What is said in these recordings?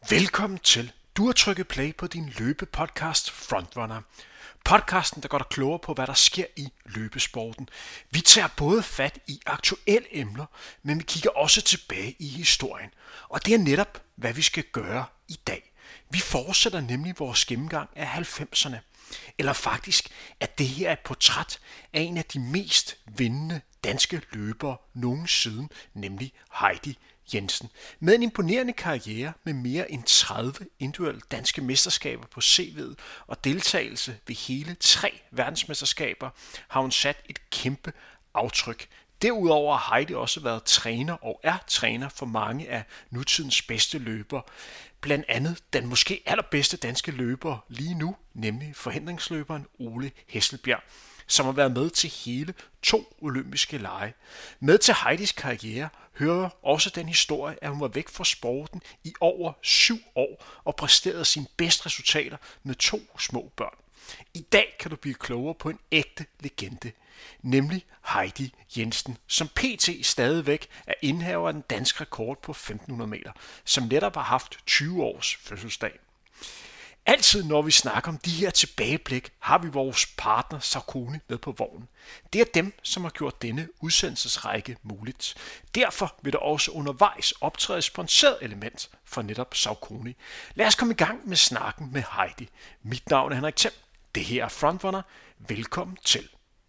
Velkommen til. Du har trykket play på din løbepodcast Frontrunner. Podcasten, der gør dig klogere på, hvad der sker i løbesporten. Vi tager både fat i aktuelle emner, men vi kigger også tilbage i historien. Og det er netop, hvad vi skal gøre i dag. Vi fortsætter nemlig vores gennemgang af 90'erne. Eller faktisk, at det her er et portræt af en af de mest vindende danske løbere nogensinde, nemlig Heidi Jensen. Med en imponerende karriere med mere end 30 individuelle danske mesterskaber på CV'et og deltagelse ved hele 3 verdensmesterskaber, har hun sat et kæmpe aftryk. Derudover har Heidi også været træner og er træner for mange af nutidens bedste løbere. Blandt andet den måske allerbedste danske løber lige nu, nemlig forhindringsløberen Ole Hesselbjerg, som har været med til hele 2 olympiske lege. Med til Heidis karriere hører også den historie, at hun var væk fra sporten i over 7 år og præsterede sine bedste resultater med 2 små børn. I dag kan du blive klogere på en ægte legende, nemlig Heidi Jensen, som pt. Stadigvæk er indehaver af den danske rekord på 1500 meter, som netop har haft 20 års fødselsdag. Altid når vi snakker om de her tilbageblik, har vi vores partner Saucony med på vognen. Det er dem, som har gjort denne udsendelsesrække muligt. Derfor vil der også undervejs optræde et sponsoreret element for netop Saucony. Lad os komme i gang med snakken med Heidi. Mit navn er Henrik Thiem. Det her er Frontrunner. Velkommen til.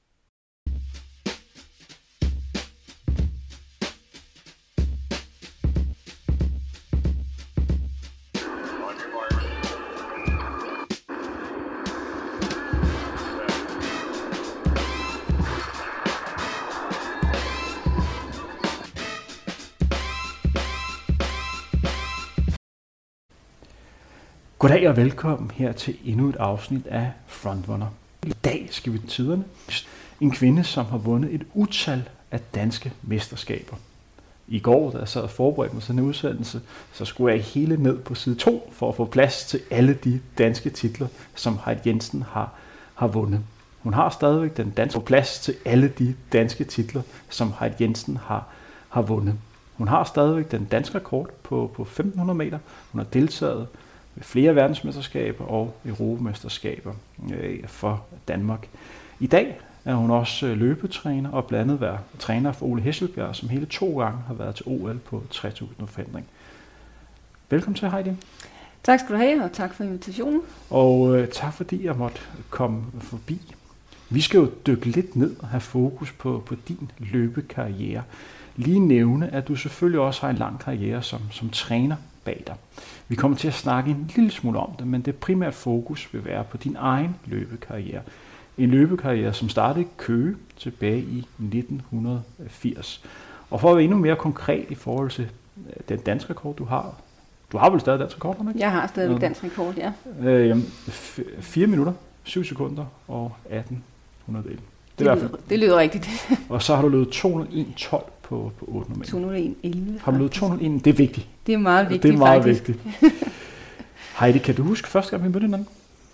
Goddag og velkommen her til endnu et afsnit af Frontrunner. I dag skal vi til tiderne. En kvinde, som har vundet et utal af danske mesterskaber. I går, da jeg sad og forberedte mig sådan en udsendelse, så skulle jeg hele ned på side 2 for at få plads til alle de danske titler, som Heidi Jensen har vundet. Hun har stadigvæk den danske plads til alle de danske titler, som Heidi Jensen har vundet. Hun har stadigvæk den danske rekord på 1500 meter. Hun har deltaget ved flere verdensmesterskaber og europamesterskaber for Danmark. I dag er hun også løbetræner og blandt andet været træner for Ole Hesselbjerg, som hele 2 gange har været til OL på 3000 forhindring. Velkommen til, Heidi. Tak skal du have, og tak for invitationen. Og tak fordi jeg måtte komme forbi. Vi skal jo dykke lidt ned og have fokus på din løbekarriere. Lige nævne, at du selvfølgelig også har en lang karriere som træner bag dig. Vi kommer til at snakke en lille smule om det, men det primært fokus vil være på din egen løbekarriere. En løbekarriere, som startede i Køge tilbage i 1980. Og for at være endnu mere konkret i forhold til den danske rekord, du har. Du har vel stadig dansk rekord, ikke? Jeg har stadig dansk rekord, ja. 4 minutter, 7 sekunder og 18 hundrededele. Det lyder rigtigt. Og så har du løbet 201.12 på 800 meter. 201.11. Har du løbet 201? Det er vigtigt. Det er meget vigtigt, det er meget faktisk. Vigtigt. Heidi, kan du huske første gang, vi mødte hinanden?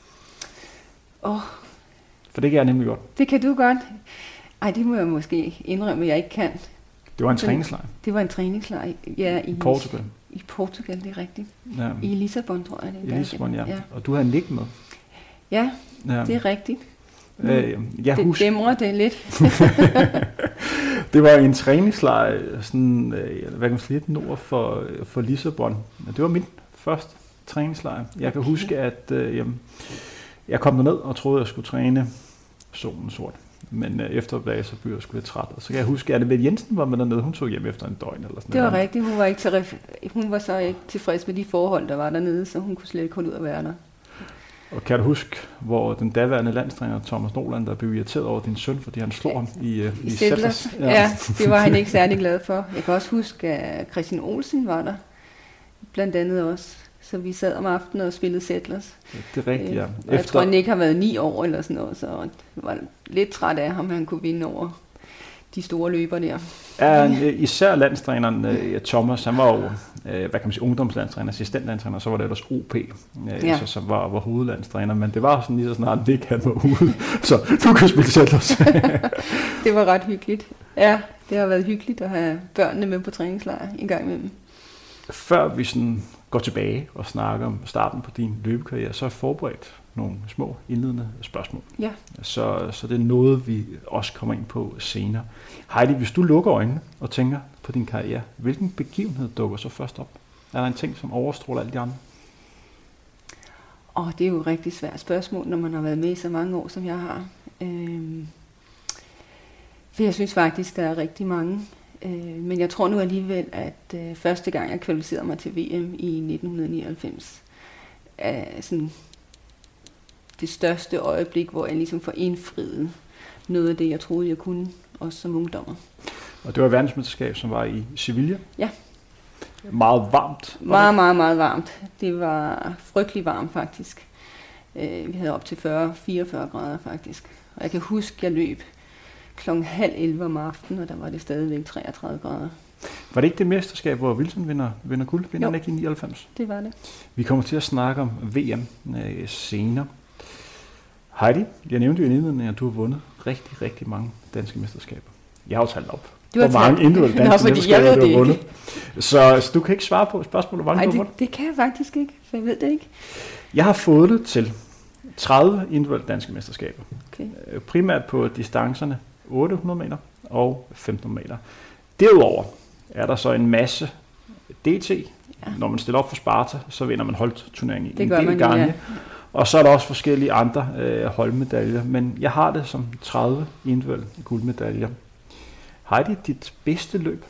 For det kan jeg nemlig godt. Det kan du godt. Ej, det må jeg måske indrømme, at jeg ikke kan. Det var en træningslejr. Det var en træningslejr, ja. I Portugal. I Portugal, det er rigtigt. Ja. I Lissabon, tror jeg. I Lissabon, ja. Og du havde Nick med. Ja, det er rigtigt. Det dæmrer det lidt. Det var en træningslejr, sådan, hvad kan man sige, lidt nord for Lissabon. Det var min første træningslejr. Jeg kan huske, at jeg kom derned og troede, at jeg skulle træne solen sort. Men efter dag, så blev jeg sgu lidt træt. Så kan jeg huske, at Annabelle Jensen var med dernede. Hun tog hjem efter en døgn eller sådan. Det var rigtigt. Hun var så ikke tilfreds med de forhold, der var dernede, så hun kunne slet ikke holde ud at være der. Og kan du huske, hvor den daværende landstræner Thomas Noland, der blev irriteret over din søn, fordi han slog ham i Settlers? Ja, det var han ikke særlig glad for. Jeg kan også huske, at Christian Olsen var der, blandt andet også. Så vi sad om aftenen og spillede Settlers. Det er rigtigt, ja. Jeg tror, han ikke har været 9 år eller sådan noget, så jeg var lidt træt af ham, at han kunne vinde over de store løber der. Ja, især landstræneren Thomas, han var jo, hvad kan man sige, ungdomslandstræner, assistentlandstræner, så var det ellers OP, som var hovedlandstræner, men det var sådan lige så snart Nick han var ude, så du kan spille Settlers. Det var ret hyggeligt. Ja, det har været hyggeligt at have børnene med på træningslejr en gang imellem. Før vi sådan går tilbage og snakker om starten på din løbekarriere, så har jeg forberedt nogle små indledende spørgsmål. Ja. Så det er noget, vi også kommer ind på senere. Heidi, hvis du lukker øjnene og tænker på din karriere, hvilken begivenhed dukker så først op? Er der en ting, som overstråler alle de andre? Det er jo et rigtig svært spørgsmål, når man har været med i så mange år, som jeg har. For jeg synes faktisk, der er rigtig mange. Men jeg tror nu alligevel, at første gang jeg kvalificerede mig til VM i 1999, er sådan det største øjeblik, hvor jeg ligesom får indfriet noget af det, jeg troede, jeg kunne, også som ungdommer. Og det var verdensmesterskab, som var i Sevilla? Ja. Meget varmt? Meget varmt. Det var frygtelig varmt faktisk. Vi havde op til 40-44 grader faktisk. Og jeg kan huske, jeg løb 10:30 om aftenen, og der var det stadigvæk 33 grader. Var det ikke det mesterskab, hvor Wilson vinder guld? Vinder han ikke i 99? Det var det. Vi kommer til at snakke om VM senere. Heidi, jeg nævnte jo i indledningen, at du har vundet rigtig, rigtig mange danske mesterskaber. Jeg har jo talt op. Hvor mange individuelle danske mesterskaber du har vundet. Så du kan ikke svare på spørgsmålet, hvor mange du har vundet? Det kan jeg faktisk ikke, for jeg ved det ikke. Jeg har fået det til 30 individuelle danske mesterskaber. Okay. Primært på distancerne 800 meter og 1500 meter. Derudover er der så en masse DT. Ja. Når man stiller op for Sparta, så vinder man holdturneringen en del gange. Ja. Og så er der også forskellige andre holdmedaljer. Men jeg har det som 30 individuelle guldmedaljer. Heidi, dit bedste løb?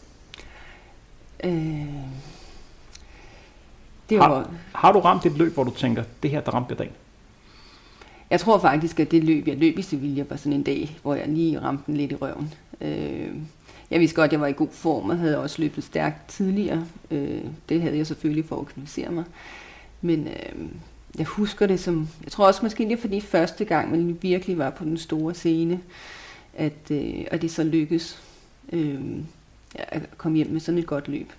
Har du ramt et løb, hvor du tænker, det her, der ramte jeg dagen? Jeg tror faktisk, at det løb, jeg løb i Sevilla, var sådan en dag, hvor jeg lige ramte den lidt i røven. Jeg vidste godt, at jeg var i god form, og havde også løbet stærkt tidligere. Det havde jeg selvfølgelig for at kvalificere mig. Men jeg husker det som, jeg tror også måske det er fordi første gang, man virkelig var på den store scene, at det så lykkes at komme hjem med sådan et godt løb.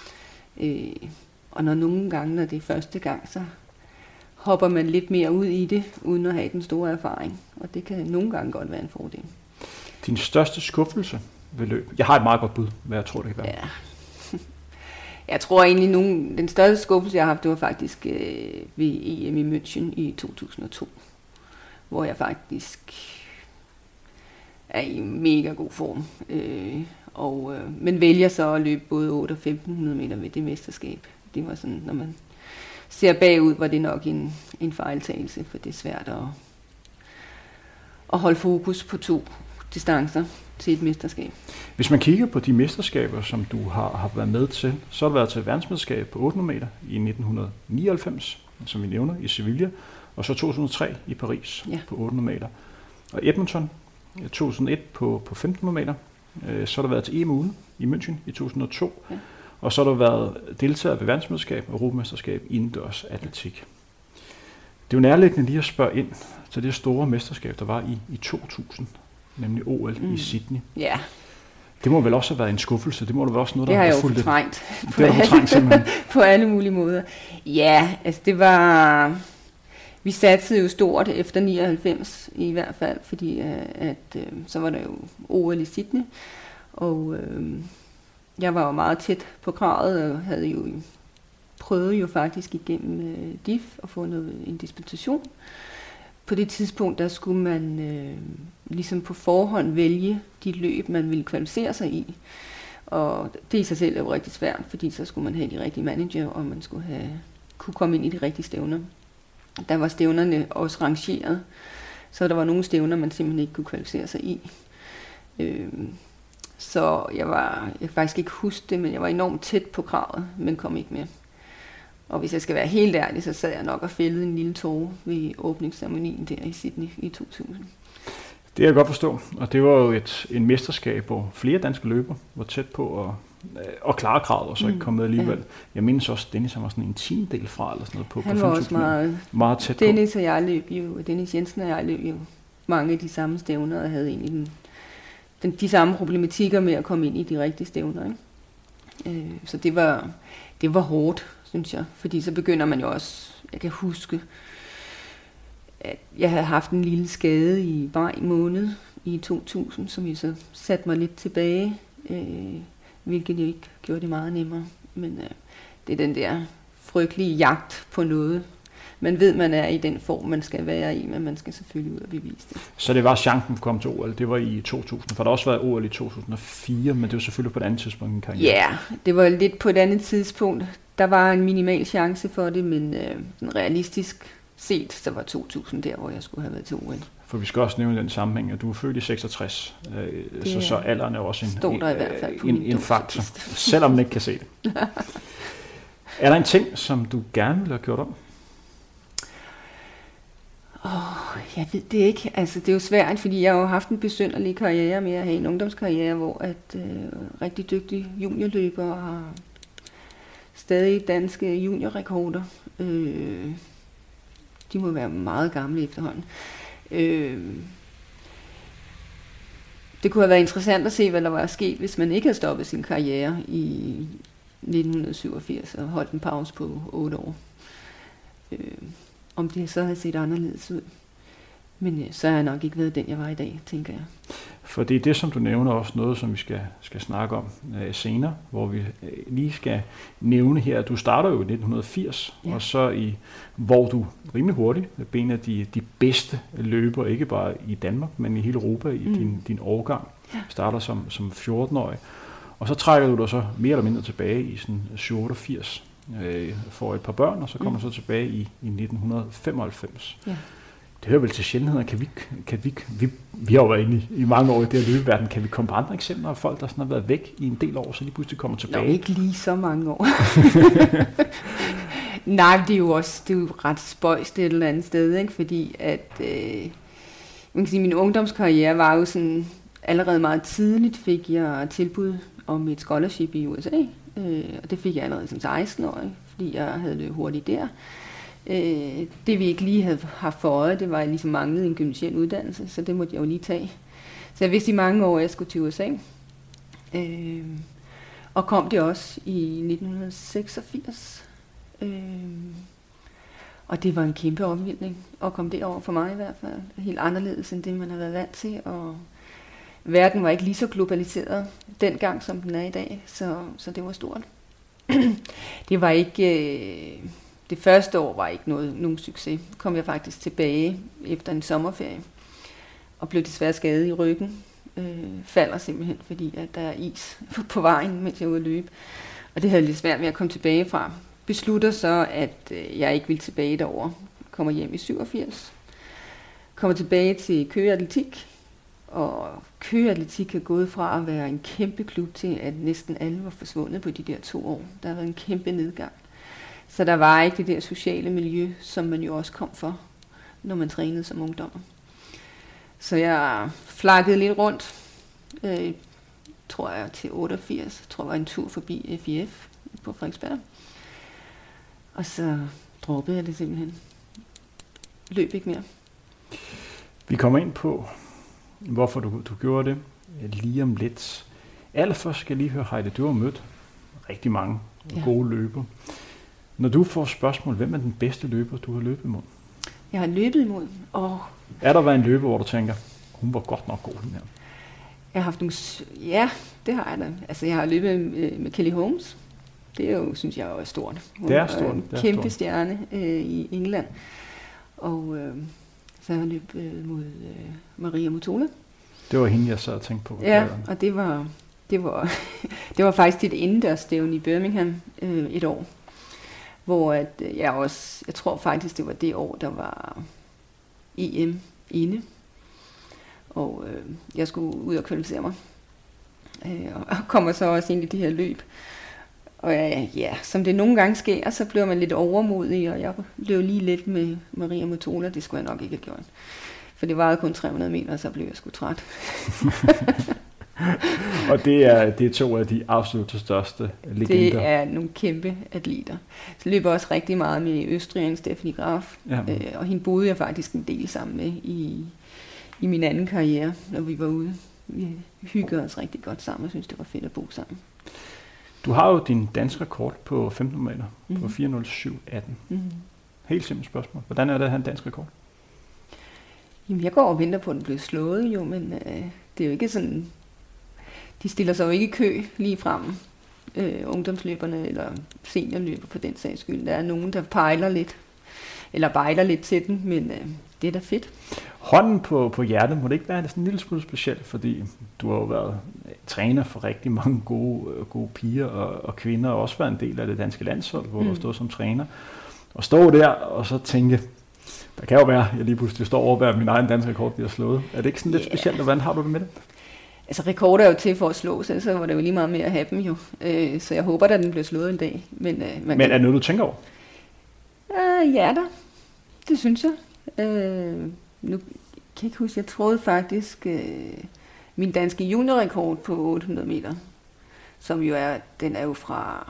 Og nogle gange, når det er første gang, så hopper man lidt mere ud i det, uden at have den store erfaring. Og det kan nogle gange godt være en fordel. Din største skuffelse ved løb? Jeg har et meget godt bud, hvad jeg tror, det kan være. Ja. Jeg tror egentlig, den største skuffelse, jeg har haft, det var faktisk ved EM i München i 2002. Hvor jeg faktisk er i mega god form. Men vælger så at løbe både 8 og 1500 meter ved det mesterskab. Det var sådan, når man ser bagud, var det nok en fejltagelse, for det er svært at holde fokus på 2 distancer til et mesterskab. Hvis man kigger på de mesterskaber, som du har været med til, så har du været til verdensmesterskab på 800 meter i 1999, som vi nævner, i Sevilla, og så 2003 i Paris på 800 meter. Og Edmonton 2001 på 1500 meter. Så har der været til EM ude i München i 2002. Ja. Og så har der været deltager ved verdensmesterskab og europamesterskab indendørs atletik. Det er jo nærliggende lige at spørge ind til det store mesterskab, der var i 2000, nemlig OL i Sydney. Ja. Det må vel også have været en skuffelse. Det må da være også noget, der det har jeg jo fortrængt. Det har fortrængt simpelthen. På alle mulige måder. Ja, altså det var... Vi satsede jo stort efter 99 i hvert fald, fordi så var der jo OL i Sydney, og jeg var jo meget tæt på kravet og prøvede jo faktisk igennem DIF at få en dispensation. På det tidspunkt, der skulle man ligesom på forhånd vælge de løb, man ville kvalificere sig i. Og det i sig selv er jo rigtig svært, fordi så skulle man have de rigtige manager, og man skulle kunne komme ind i de rigtige stævner. Der var stævnerne også rangeret, så der var nogle stævner, man simpelthen ikke kunne kvalificere sig i. Så jeg kan faktisk ikke huske det, men jeg var enormt tæt på kravet, men kom ikke med. Og hvis jeg skal være helt ærlig, så sad jeg nok og fældede en lille tåre ved åbningsceremonien der i Sydney i 2000. Det kan jeg godt forstå, og det var jo en mesterskab, hvor flere danske løbere var tæt på at klare kravet, og så ikke komme med alligevel. Ja. Jeg mindes også, Dennis han var sådan en 10-del fra, eller sådan noget på 5.000. Han var også meget tæt Dennis på. Og jeg løb jo, Dennis Jensen og jeg løb jo mange af de samme stævner, og havde egentlig de samme problematikker med at komme ind i de rigtige stævner. Ikke? Så det var hårdt, synes jeg, fordi så begynder man jo også, jeg kan huske, at jeg havde haft en lille skade i maj måned i 2000, som jo så satte mig lidt tilbage, hvilket jo ikke gjorde det meget nemmere. Men det er den der frygtelige jagt på noget. Man ved, man er i den form, man skal være i, men man skal selvfølgelig ud og bevise det. Så det var chancen for at komme til OL, det var i 2000, for der har også været OL i 2004, men det var selvfølgelig på et andet tidspunkt i en karriere. Ja, det var lidt på et andet tidspunkt. Der var en minimal chance for det, men realistisk set, så var 2000 der, hvor jeg skulle have været til OL. For vi skal også nævne den sammenhæng, at du er født i 66, så alderen er også en faktor, selvom man ikke kan se det. Er der en ting, som du gerne ville have gjort om? Jeg ved det ikke. Altså, det er jo svært, fordi jeg har jo haft en besynderlig karriere med at have en ungdomskarriere, hvor at rigtig dygtige juniorløbere har stadig danske juniorrekorder. De må være meget gamle efterhånden. Det kunne have været interessant at se, hvad der var sket, hvis man ikke havde stoppet sin karriere i 1987 og holdt en pause på 8 år. Om det så havde set anderledes ud. Men så har jeg nok ikke været den, jeg var i dag, tænker jeg. For det er det, som du nævner, også noget, som vi skal snakke om senere, hvor vi lige skal nævne her, at du starter jo i 1980, og så hvor du rimelig hurtigt blev en af de bedste løbere, ikke bare i Danmark, men i hele Europa i din årgang. Starter som 14-årig, og så trækker du dig så mere eller mindre tilbage i sådan 87, får et par børn, og så kommer så tilbage i 1995. Ja. Det hører vel til sjældenheder. Vi har jo været inde i mange år i det her løbeverden. Kan vi komme på andre eksempler af folk, der sådan har været væk i en del år, så de pludselig kommer tilbage? Nå, ikke lige så mange år. Nej, det er jo ret spøjst et eller andet sted, ikke? Fordi at man kan sige, min ungdomskarriere var jo sådan, allerede meget tidligt fik jeg tilbud om et scholarship i USA, og det fik jeg allerede som 16-årig, fordi jeg havde løbet hurtigt der. Det vi ikke lige havde haft for øje, det var, at jeg ligesom manglede en gymnasial uddannelse, så det måtte jeg jo lige tage. Så jeg vidste i mange år, at jeg skulle til USA. Og kom det også i 1986. Og det var en kæmpe omvæltning at komme derover for mig i hvert fald. Helt anderledes end det, man har været vant til. Og verden var ikke lige så globaliseret dengang, som den er i dag, så det var stort. Det var ikke... Det første år var ikke nogen succes. Kom jeg faktisk tilbage efter en sommerferie og blev desværre skadet i ryggen. Falder simpelthen, fordi at der er is på vejen, mens jeg er ude at løbe. Og det havde jeg lidt svært med at komme tilbage fra. Beslutter så, at jeg ikke vil tilbage derover. Kommer hjem i 87. Kommer tilbage til Køge Atletik. Og Køge Atletik er gået fra at være en kæmpe klub til, at næsten alle var forsvundet på de der 2 år. Der har været en kæmpe nedgang. Så der var ikke det der sociale miljø, som man jo også kom for, når man trænede som ungdommer. Så jeg flakkede lidt rundt, tror jeg til 88, tror jeg var en tur forbi FIF på Frederiksberg. Og så droppede jeg det simpelthen. Løb ikke mere. Vi kommer ind på, hvorfor du gjorde det lige om lidt. Allerførst skal jeg lige høre, Heidi, du har mødt rigtig mange gode løbere. Når du får spørgsmål, hvem er den bedste løber, du har løbet imod? Jeg har løbet imod. Er der været en løber, hvor du tænker, hun var godt nok god den her? Jeg har haft nogle... Ja, det har jeg da. Altså, jeg har løbet med Kelly Holmes. Det er jo, synes jeg, er stort. Hun det er stort. En kæmpe stjerne i England. Og så har jeg løbet mod Maria Mutola. Det var hende, jeg sad og tænkte på. Ja, og det var faktisk et indendørsstævne i Birmingham et år. Hvor at jeg tror faktisk, det var det år, der var EM inde. Og jeg skulle ud og kvalificere mig. Og kommer så også ind i det her løb. Og som det nogle gange sker, så bliver man lidt overmodig, og jeg blev lige lidt med Maria Mutola. Det skulle jeg nok ikke have gjort. For det varede kun 300 meter, og så blev jeg sgu træt. Og det er 2 af de absolut største legender. Det er nogle kæmpe atleter. Så løber også rigtig meget med Østrigeren Stephanie Graf. Og hende boede jeg faktisk en del sammen med i min anden karriere, når vi var ude. Vi hyggede os rigtig godt sammen og synes det var fedt at bo sammen. Du har jo din danske rekord på 15 meter på 4:07:18. Helt simpelt spørgsmål. Hvordan er det at have en dansk rekord? Jamen, jeg går og venter på, at den bliver slået jo, men det er jo ikke sådan... De stiller sig jo ikke i kø lige frem. ungdomsløberne, eller seniorløber på den sags skyld. Der er nogen, der pejler lidt, eller bejler lidt til den, men det er da fedt. Hånden på hjertet, må det ikke være sådan en lille smule specielt, fordi du har jo været træner for rigtig mange gode piger og kvinder, og også været en del af det danske landshold, hvor du stod som træner. Og stå der, og så tænke, der kan jo være, jeg lige pludselig står over, at min egen danske rekord bliver slået. Er det ikke sådan lidt specielt, og hvordan har du det med det? Altså rekorder er jo til for at slå, så var det jo lige meget mere at have dem jo. Så jeg håber, at den bliver slået en dag. Men er det noget, du tænker over? Ja da, det synes jeg. Nu kan jeg ikke huske, jeg troede faktisk, min danske juniorrekord på 800 meter, som jo den er jo fra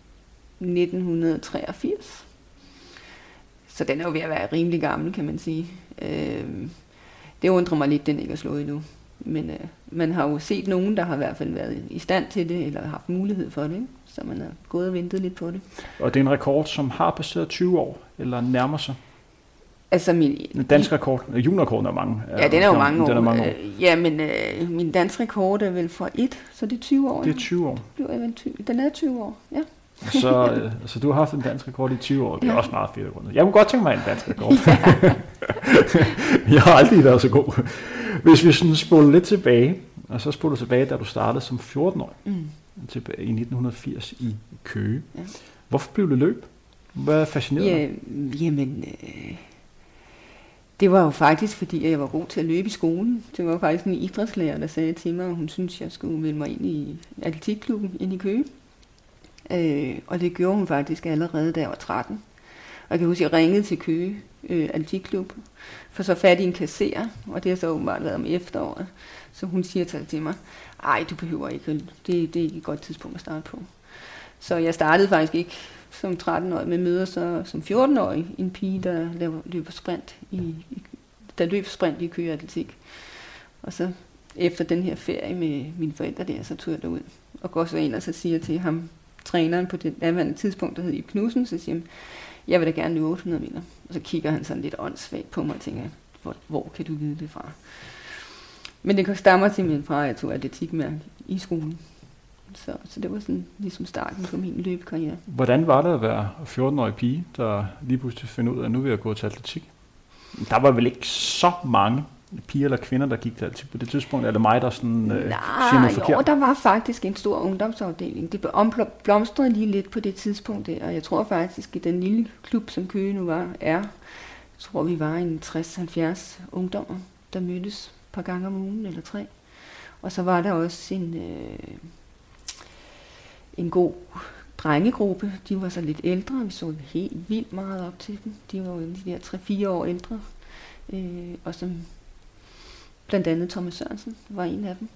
1983. Så den er jo ved at være rimelig gammel, kan man sige. Det undrer mig lidt, den ikke er slået endnu. Men man har jo set nogen, der har i hvert fald været i stand til det, eller haft mulighed for det, ikke? Så man har gået og ventet lidt på det. Og det er en rekord, som har passeret 20 år, eller nærmer sig? Altså min dansk rekord, juniorrekorden er mange. Ja, den er jo mange år. Den er mange år. Ja, men min dansk rekord er vel fra 1, så det er 20 år. Det er 20 år. Den er 20 år, ja. Så du har haft en dansk rekord i 20 år. Det er også meget fedt. Jeg kunne godt tænke mig en dansk rekord. Jeg har aldrig været så god. Hvis vi sådan spoler lidt tilbage, og så spoler tilbage, da du startede som 14-årig, tilbage i 1980 i Køge. Ja. Hvorfor blev det løb? Hvad fascinerede dig? Jamen, det var jo faktisk, fordi jeg var god til at løbe i skolen. Det var faktisk en idrætslærer, der sagde til mig, at hun syntes, jeg skulle melde mig ind i atletikklubben inde i Køge. Og det gjorde hun faktisk allerede, da jeg var 13. Og jeg kan huske, at jeg ringede til Køge atletikklub, for så fat i en kasserer, og det har så åbenbart været om efteråret. Så hun siger til mig, ej, du behøver ikke, det er ikke et godt tidspunkt at starte på. Så jeg startede faktisk ikke som 13-årig, men møder så som 14-årig en pige, der løber sprint i Køge Atletik. Og så efter den her ferie med mine forældre der, så tog jeg derud og går så ind og så siger til ham, træneren på det daværende tidspunkt, der hed Ib Knudsen, så siger han, jeg vil da gerne løbe 800 meter. Og så kigger han sådan lidt åndssvagt på mig og tænker, hvor kan du vide det fra? Men det stammer simpelthen fra, at jeg tog atletikmærke i skolen. Så det var sådan ligesom starten på min løbekarriere. Hvordan var det at være 14-årig pige, der lige pludselig finder ud af, at nu vil jeg gå til atletik? Der var vel ikke så mange piger eller kvinder, der gik til atletik på det tidspunkt? Er det mig, der sådan siger noget forkert? Jo, der var faktisk en stor ungdomsafdeling. Det blomstrede lige lidt på det tidspunkt der, og jeg tror faktisk, at den lille klub, som Køge nu jeg tror vi var en 60-70 ungdommer, der mødtes et par gange om ugen eller 3. Og så var der også en god drengegruppe. De var så lidt ældre, vi så helt vildt meget op til dem. De var jo de der 3-4 år ældre. Og som blandt andet Thomas Sørensen var en af dem,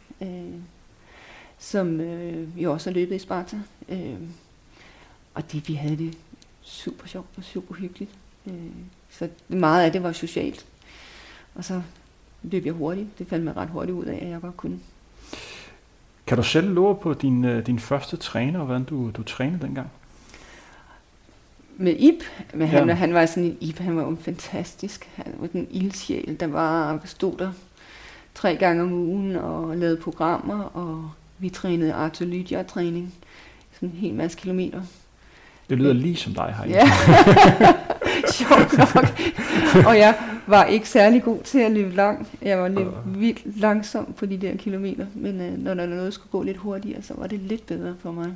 som jo også har løbet i Sparta. Og vi havde det super sjovt og super hyggeligt. Så meget af det var socialt. Og så løb jeg hurtigt. Det faldt mig ret hurtigt ud af, at jeg godt kunne. Kan du selv love på din første træner, og hvordan du trænede dengang? Med Ib, men han var sådan Ib, han var jo fantastisk. Han var den ildsjæl, der stod der 3 gange om ugen og lavede programmer, og vi trænede Arthur Lydia-træning, sådan en hel masse kilometer. Det lyder lige som dig, Heidi. Ja, sjovt nok. Og jeg var ikke særlig god til at løbe langt. Jeg var lidt vildt langsom på de der kilometer, men når der noget skulle gå lidt hurtigere, så var det lidt bedre for mig.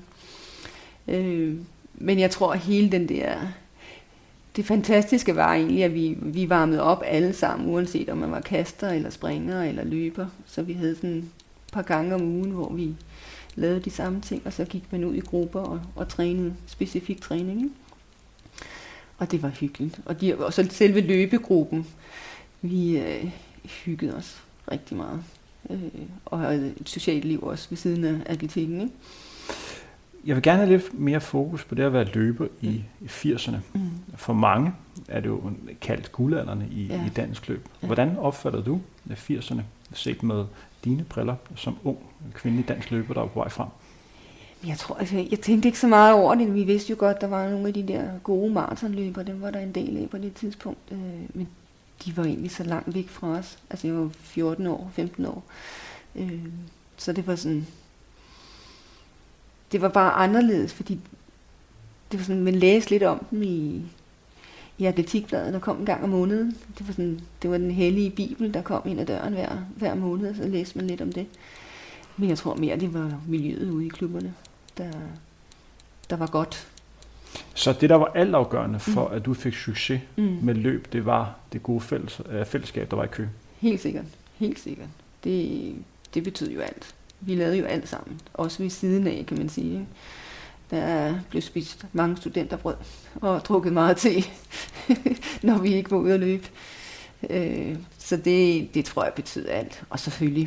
Men jeg tror, at hele det fantastiske var egentlig, at vi varmede op alle sammen, uanset om man var kaster, eller springer, eller løber. Så vi havde sådan et par gange om ugen, hvor vi lavede de samme ting, og så gik man ud i grupper og trænede specifik træning. Ikke? Og det var hyggeligt. Og så selve løbegruppen, vi hyggede os rigtig meget. Og havde et socialt liv også ved siden af atletikken. Ikke? Jeg vil gerne have lidt mere fokus på det at være løber i 80'erne. For mange er det jo kaldt guldalderne i dansk løb. Hvordan opfatter du 80'erne set med dine briller som ung kvindelig dansk løber, der var på vej frem? Jeg tænkte ikke så meget over det. Vi vidste jo godt, der var nogle af de der gode maratonløber, dem var der en del af på det tidspunkt. Men de var egentlig så langt væk fra os. Altså jeg var 14 år, 15 år. Så det var sådan... det var bare anderledes, fordi det var sådan, man læste lidt om dem i atletikbladet, der kom en gang om måneden. Det var den hellige bibel, der kom ind ad døren hver måned, så læste man lidt om det. Men jeg tror mere, det var miljøet ude i klubberne, der var godt. Så det, der var altafgørende for, at du fik succes med løb, det var det gode fællesskab, der var i Køge? Helt sikkert. Det betød jo alt. Vi lavede jo alt sammen, også ved siden af, kan man sige. Ikke? Der blev spist mange studenterbrød og drukket meget te, når vi ikke var ude at løbe. Så det tror jeg betød alt. Og selvfølgelig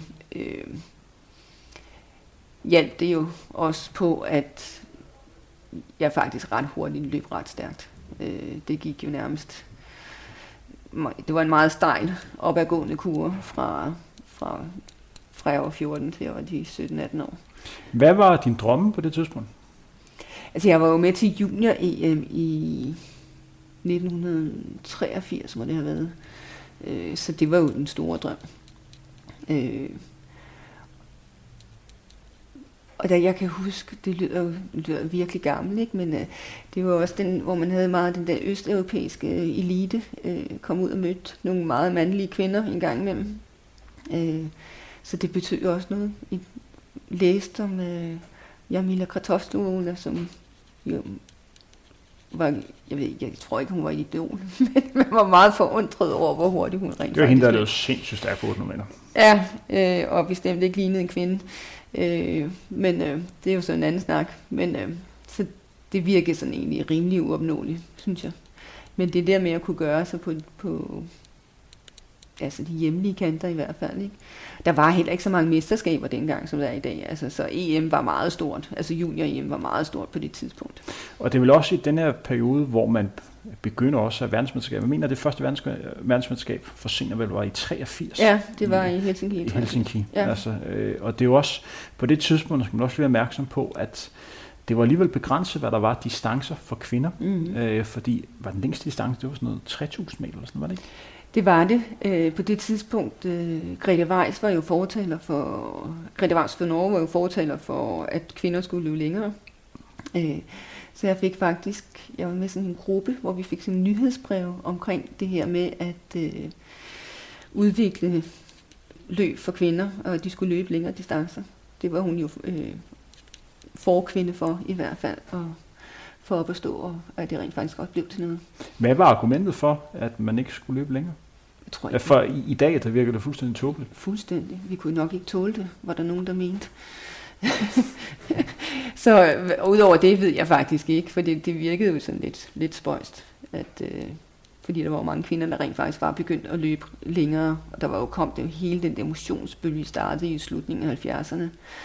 hjalp det jo også på, at jeg faktisk ret hurtigt løb ret stærkt. Det gik jo nærmest... Det var en meget stejl opadgående kurve fra jeg var 14 til jeg var de 17-18 år. Hvad var din drømme på det tidspunkt? Altså jeg var jo med til junior-EM i 1983, må det have været. Så det var jo den store drøm. Og da jeg kan huske, det lyder virkelig gammelt, ikke? Men det var også den, hvor man havde meget den der østeuropæiske elite, kom ud og mødte nogle meget mandlige kvinder en gang imellem. Så det betød jo også noget. Jeg læste om Jarmila Kratochvil, som jo var, jeg tror ikke, hun var et idol, men man var meget forundret over, hvor hurtigt hun rent faktisk. Det var hende, der lavede sindssygt stærkt på 800 meter. Ja, og bestemt ikke lignede en kvinde. Men det er jo så en anden snak. Men så det virkede sådan egentlig rimelig uopnåeligt, synes jeg. Men det der med at kunne gøre sig på altså de hjemlige kanter i hvert fald, ikke? Der var heller ikke så mange mesterskaber dengang, som der er i dag. Altså, så EM var meget stort. Altså junior-EM var meget stort på det tidspunkt. Og det er vel også i den her periode, hvor man begynder også af verdensmesterskab. Jeg mener, det første verdensmesterskab for senior vel var i 83. Ja, det var i Helsinki. I Helsinki. Ja. Altså, og det er jo også, på det tidspunkt skal man også være opmærksom på, at det var alligevel begrænset, hvad der var distancer for kvinder. Fordi var den længste distance, det var sådan noget 3000 meter eller sådan, var det ikke? Det var det. På det tidspunkt, Grete Weiss var jo fortaler for, Grete Weiss for Norge var jo fortaler for, at kvinder skulle løbe længere. Så jeg fik faktisk, jeg var med sådan en gruppe, hvor vi fik sådan en nyhedsbrev omkring det her med at udvikle løb for kvinder, og de skulle løbe længere distancer. Det var hun jo forkvinde for i hvert fald, og for op at stå, og at det rent faktisk godt blev til noget. Hvad var argumentet for, at man ikke skulle løbe længere? Jeg tror ikke. For i dag, der virker det fuldstændig tåbeligt. Fuldstændig. Vi kunne nok ikke tåle det, var der nogen, der mente. Så udover det ved jeg faktisk ikke, for det virkede jo sådan lidt spøjst, at, fordi der var mange kvinder, der rent faktisk var begyndt at løbe længere, og der var jo kom det jo hele den der motionsbølge startede i slutningen af 70'erne,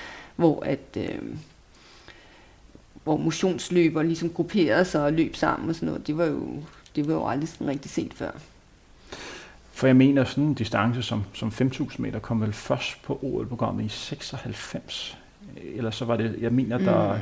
hvor motionsløber ligesom grupperede sig og løb sammen og sådan noget. Det var jo aldrig sådan rigtig set før. For jeg mener, sådan en distance som 5.000 meter kom vel først på OL-programmet i 96. Eller så var det, jeg mener,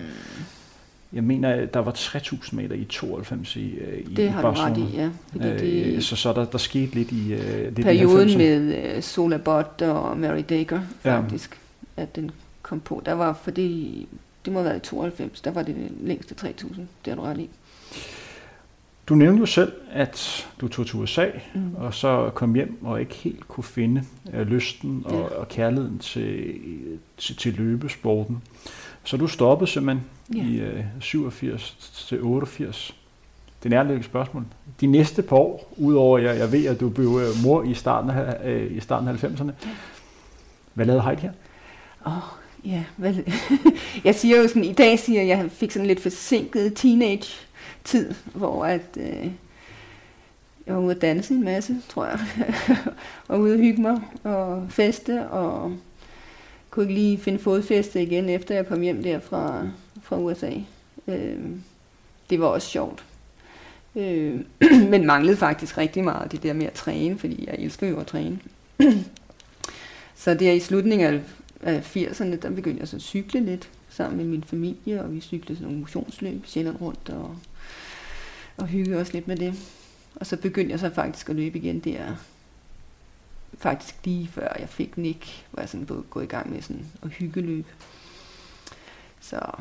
der var 3.000 meter i 92 i det har du ret i, ja. Fordi så der skete lidt i perioden med Sola Bott og Mary Dacre, faktisk, at den kom på. Der var, fordi det må have været i 92, der var det længste 3.000, det har du ret i. Du nævnte jo selv, at du tog til USA, og så kom hjem og ikke helt kunne finde lysten og kærligheden til løbesporten. Så du stoppede simpelthen i 87 til 88. Det er nærliggende spørgsmål. De næste par år, udover jeg ved, at du blev mor i starten af 90'erne, hvad lavede Heidi her? Ja, jeg siger jo sådan, i dag siger jeg fik sådan lidt forsinket teenage-tid, hvor at jeg var ude at danse en masse, tror jeg, og ude at hygge mig og feste, og kunne ikke lige finde fodfæste igen, efter jeg kom hjem der fra USA. Det var også sjovt. Men manglede faktisk rigtig meget det der med at træne, fordi jeg elsker jo at træne. Så der i slutningen af 80'erne, der begyndte jeg så at cykle lidt sammen med min familie, og vi cyklede sådan nogle motionsløb Sjælland rundt og hygge os lidt med det. Og så begyndte jeg så faktisk at løbe igen der, faktisk lige før jeg fik Nick, hvor jeg sådan både gå i gang med sådan at hyggeløb. Så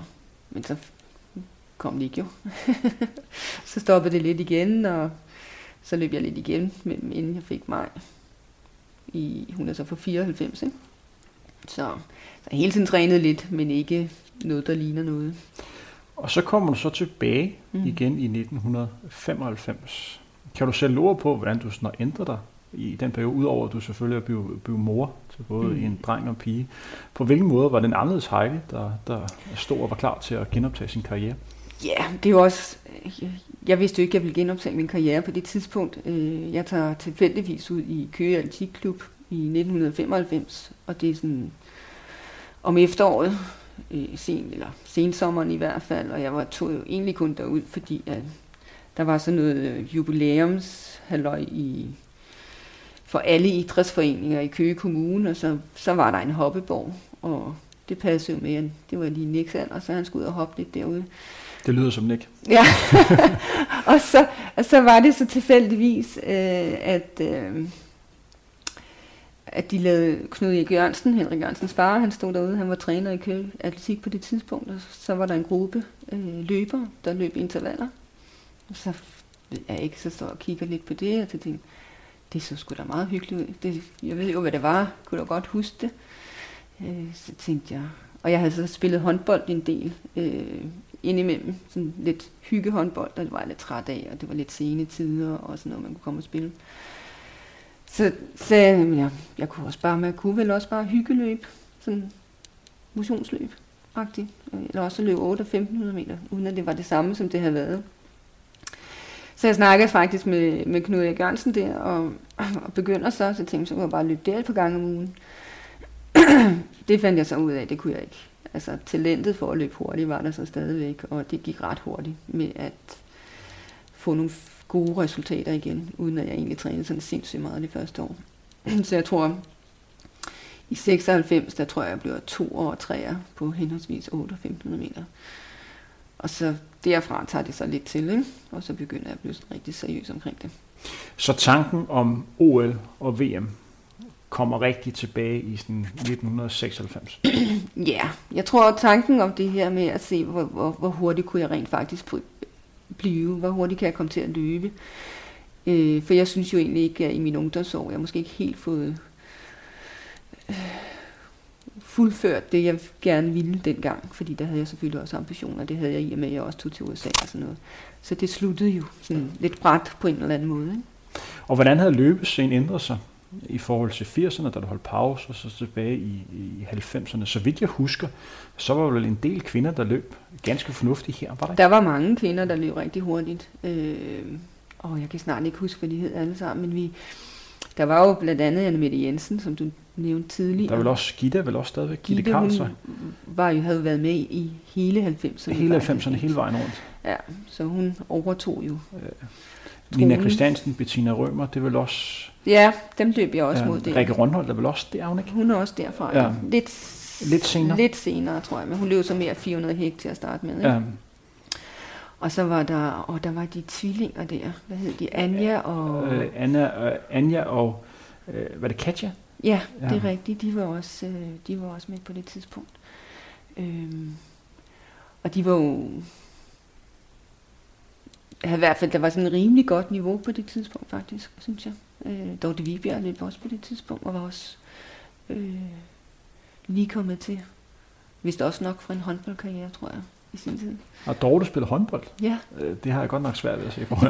Men så kom det ikke jo. Så stoppede det lidt igen, og så løb jeg lidt igen, inden jeg fik mig. Hun er så for 94, ikke? Så jeg hele tiden trænet lidt, men ikke noget, der ligner noget. Og så kommer du så tilbage igen i 1995. Kan du sætte ord på, hvordan du sådan har ændret dig i den periode, udover at du selvfølgelig er blevet mor til både en dreng og en pige? På hvilken måde var den anderledes Heidi, der stod og var klar til at genoptage sin karriere? Ja, det er jo også... Jeg vidste jo ikke, at jeg ville genoptage min karriere på det tidspunkt. Jeg tager tilfældigvis ud i Køge Atletikklub i 1995, og det er sådan om efteråret, sensommeren i hvert fald, og jeg tog jo egentlig kun derud, fordi at der var sådan noget jubilæumshalløj for alle idrætsforeninger i Køge Kommune, og så var der en hoppeborg, og det passede jo med, det var lige Nicks alder, så han skulle ud og hoppe lidt derude. Det lyder som Nick. Ja, og så var det så tilfældigvis, at de lavede Knud Erik Jørgensen, Henrik Jørgensens far, han stod derude, han var træner i Køge Atletik på det tidspunkt, og så var der en gruppe løbere, der løb intervaller. Og så ved jeg ikke, så står jeg og kigger lidt på det, og så tænkte det så sgu da meget hyggeligt ud. Jeg ved jo, hvad det var, kunne da godt huske det. Så tænkte jeg, og jeg havde så spillet håndbold en del indimellem, sådan lidt hyggehåndbold, og det var jeg lidt træt af, og det var lidt sene tider, og sådan noget, man kunne komme og spille. Så jeg kunne også bare, kunne vel også bare hyggeløb, sådan motionsløb-agtigt, eller også løb 8 og 1500 meter, uden at det var det samme, som det havde været. Så jeg snakkede faktisk med Knud Erik Jørgensen der, og begynder så tænkte jeg, så kunne jeg bare løbe der et par gange om ugen. Det fandt jeg så ud af, det kunne jeg ikke. Altså talentet for at løbe hurtigt var der så stadigvæk, og det gik ret hurtigt med at få nogle gode resultater igen, uden at jeg egentlig trænede sådan sindssygt meget det første år. Så jeg tror, i 96, der tror jeg blev 2 år og 3'er på henholdsvis 8 og 1500 meter. Og så derfra tager det så lidt til, ikke? Og så begynder jeg at blive rigtig seriøs omkring det. Så tanken om OL og VM kommer rigtig tilbage i sådan 1996? Ja, jeg tror tanken om det her med at se, hvor hurtigt kunne jeg rent faktisk blive, hvor hurtigt kan jeg komme til at løbe. For jeg synes jo egentlig ikke, at i min ungdomsår, jeg måske ikke helt fået fuldført det, jeg gerne ville dengang, fordi der havde jeg selvfølgelig også ambitioner, det havde jeg i og med, at jeg også tog til USA og sådan noget. Så det sluttede jo sådan lidt brat på en eller anden måde. Ikke? Og hvordan havde løbescenen ændret sig i forhold til 80'erne, da du holdt pause, og så tilbage i 90'erne? Så vidt jeg husker, så var vel en del kvinder, der løb ganske fornuftigt her, var der ikke? Der var mange kvinder, der løb rigtig hurtigt. Og jeg kan snart ikke huske, hvad de hed alle sammen, men der var jo blandt andet Anne-Mette Jensen, som du nævnte tidligere. Der var vel også Gitte, vel også stadigvæk? Gitte Carlsson. Hun havde været med i hele 90'erne. Hele 90'erne, hele vejen rundt. Ja, så hun overtog jo. Nina Christiansen, Bettina Rømer, det er vel også... Ja, dem løb jeg også mod det. Rikke Rønholdt er vel også der, hun ikke? Hun er også derfra, ja. Lidt senere. Lidt senere, tror jeg, men hun løb så mere 400 hæk til at starte med. Ikke? Ja. Og så var der var de tvillinger der. Hvad hed de? Anja og... var det Katja? Ja, det er rigtigt. De var også med på det tidspunkt. Og de var jo... I hvert fald, der var sådan et rimelig godt niveau på det tidspunkt, faktisk, synes jeg. Dorte Vibjerg løb også på det tidspunkt, og var også lige kommet til. Vist også nok fra en håndboldkarriere, tror jeg, i sin tid. Og Dorte spiller håndbold? Ja. Det har jeg godt nok svært ved at se på.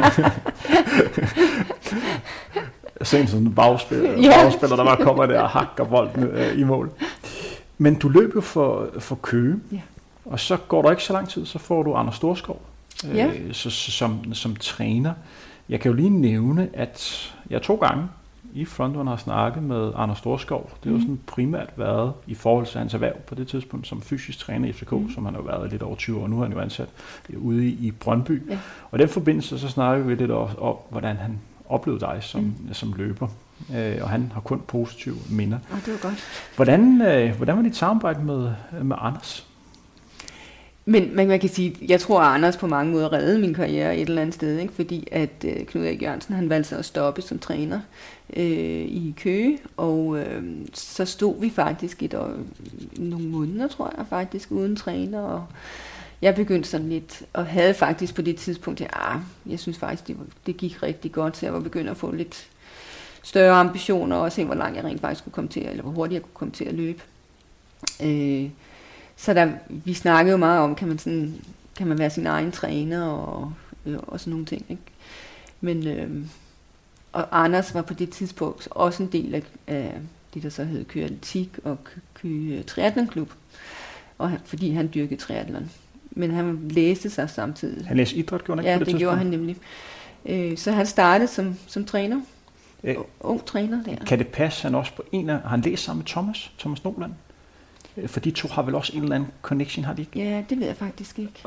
Sådan en bagspiller, der bare kommer der og hakker bolden i mål. Men du løb jo for Køge, og så går der ikke så lang tid, så får du Anders Storskov som træner. Jeg kan jo lige nævne, at jeg 2 gange i Frontrunner har snakket med Anders Storskov. Det har jo sådan primært været i forhold til hans erhverv på det tidspunkt som fysisk træner i FCK, som han har været lidt over 20 år. Nu er han jo ansat ude i Brøndby. Ja. Og i den forbindelse så snakker vi lidt om, hvordan han oplevede dig som løber. Og han har kun positive minder. Det var godt. Hvordan var dit samarbejde med Anders? Men man kan sige, jeg tror, at Anders på mange måder reddede min karriere et eller andet sted, ikke? Fordi at Knud Erik Jørgensen, han valgte at stoppe som træner i Køge, og så stod vi faktisk nogle måneder, tror jeg, faktisk uden træner, jeg begyndte sådan lidt, og havde faktisk på det tidspunkt, jeg synes faktisk, det gik rigtig godt, så jeg var begyndt at få lidt større ambitioner, og se, hvor langt jeg rent faktisk kunne komme til, eller hvor hurtigt jeg kunne komme til at løbe. Så vi snakkede jo meget om, kan man være sin egen træner, og sådan nogle ting, ikke? Men, og Anders var på det tidspunkt også en del af det, der så hed Køge Atletik og Køge Triathlonklub, fordi han dyrkede triathlon. Men han læste sig samtidig. Han læste idræt, gjorde han ikke på det tidspunkt? Ja, det gjorde han nemlig. Så han startede som træner. Ung træner der. Kan det passe, han også har han læst sammen med Thomas Noland? For de to har vel også en eller anden connection, har de ikke? Ja, det ved jeg faktisk ikke.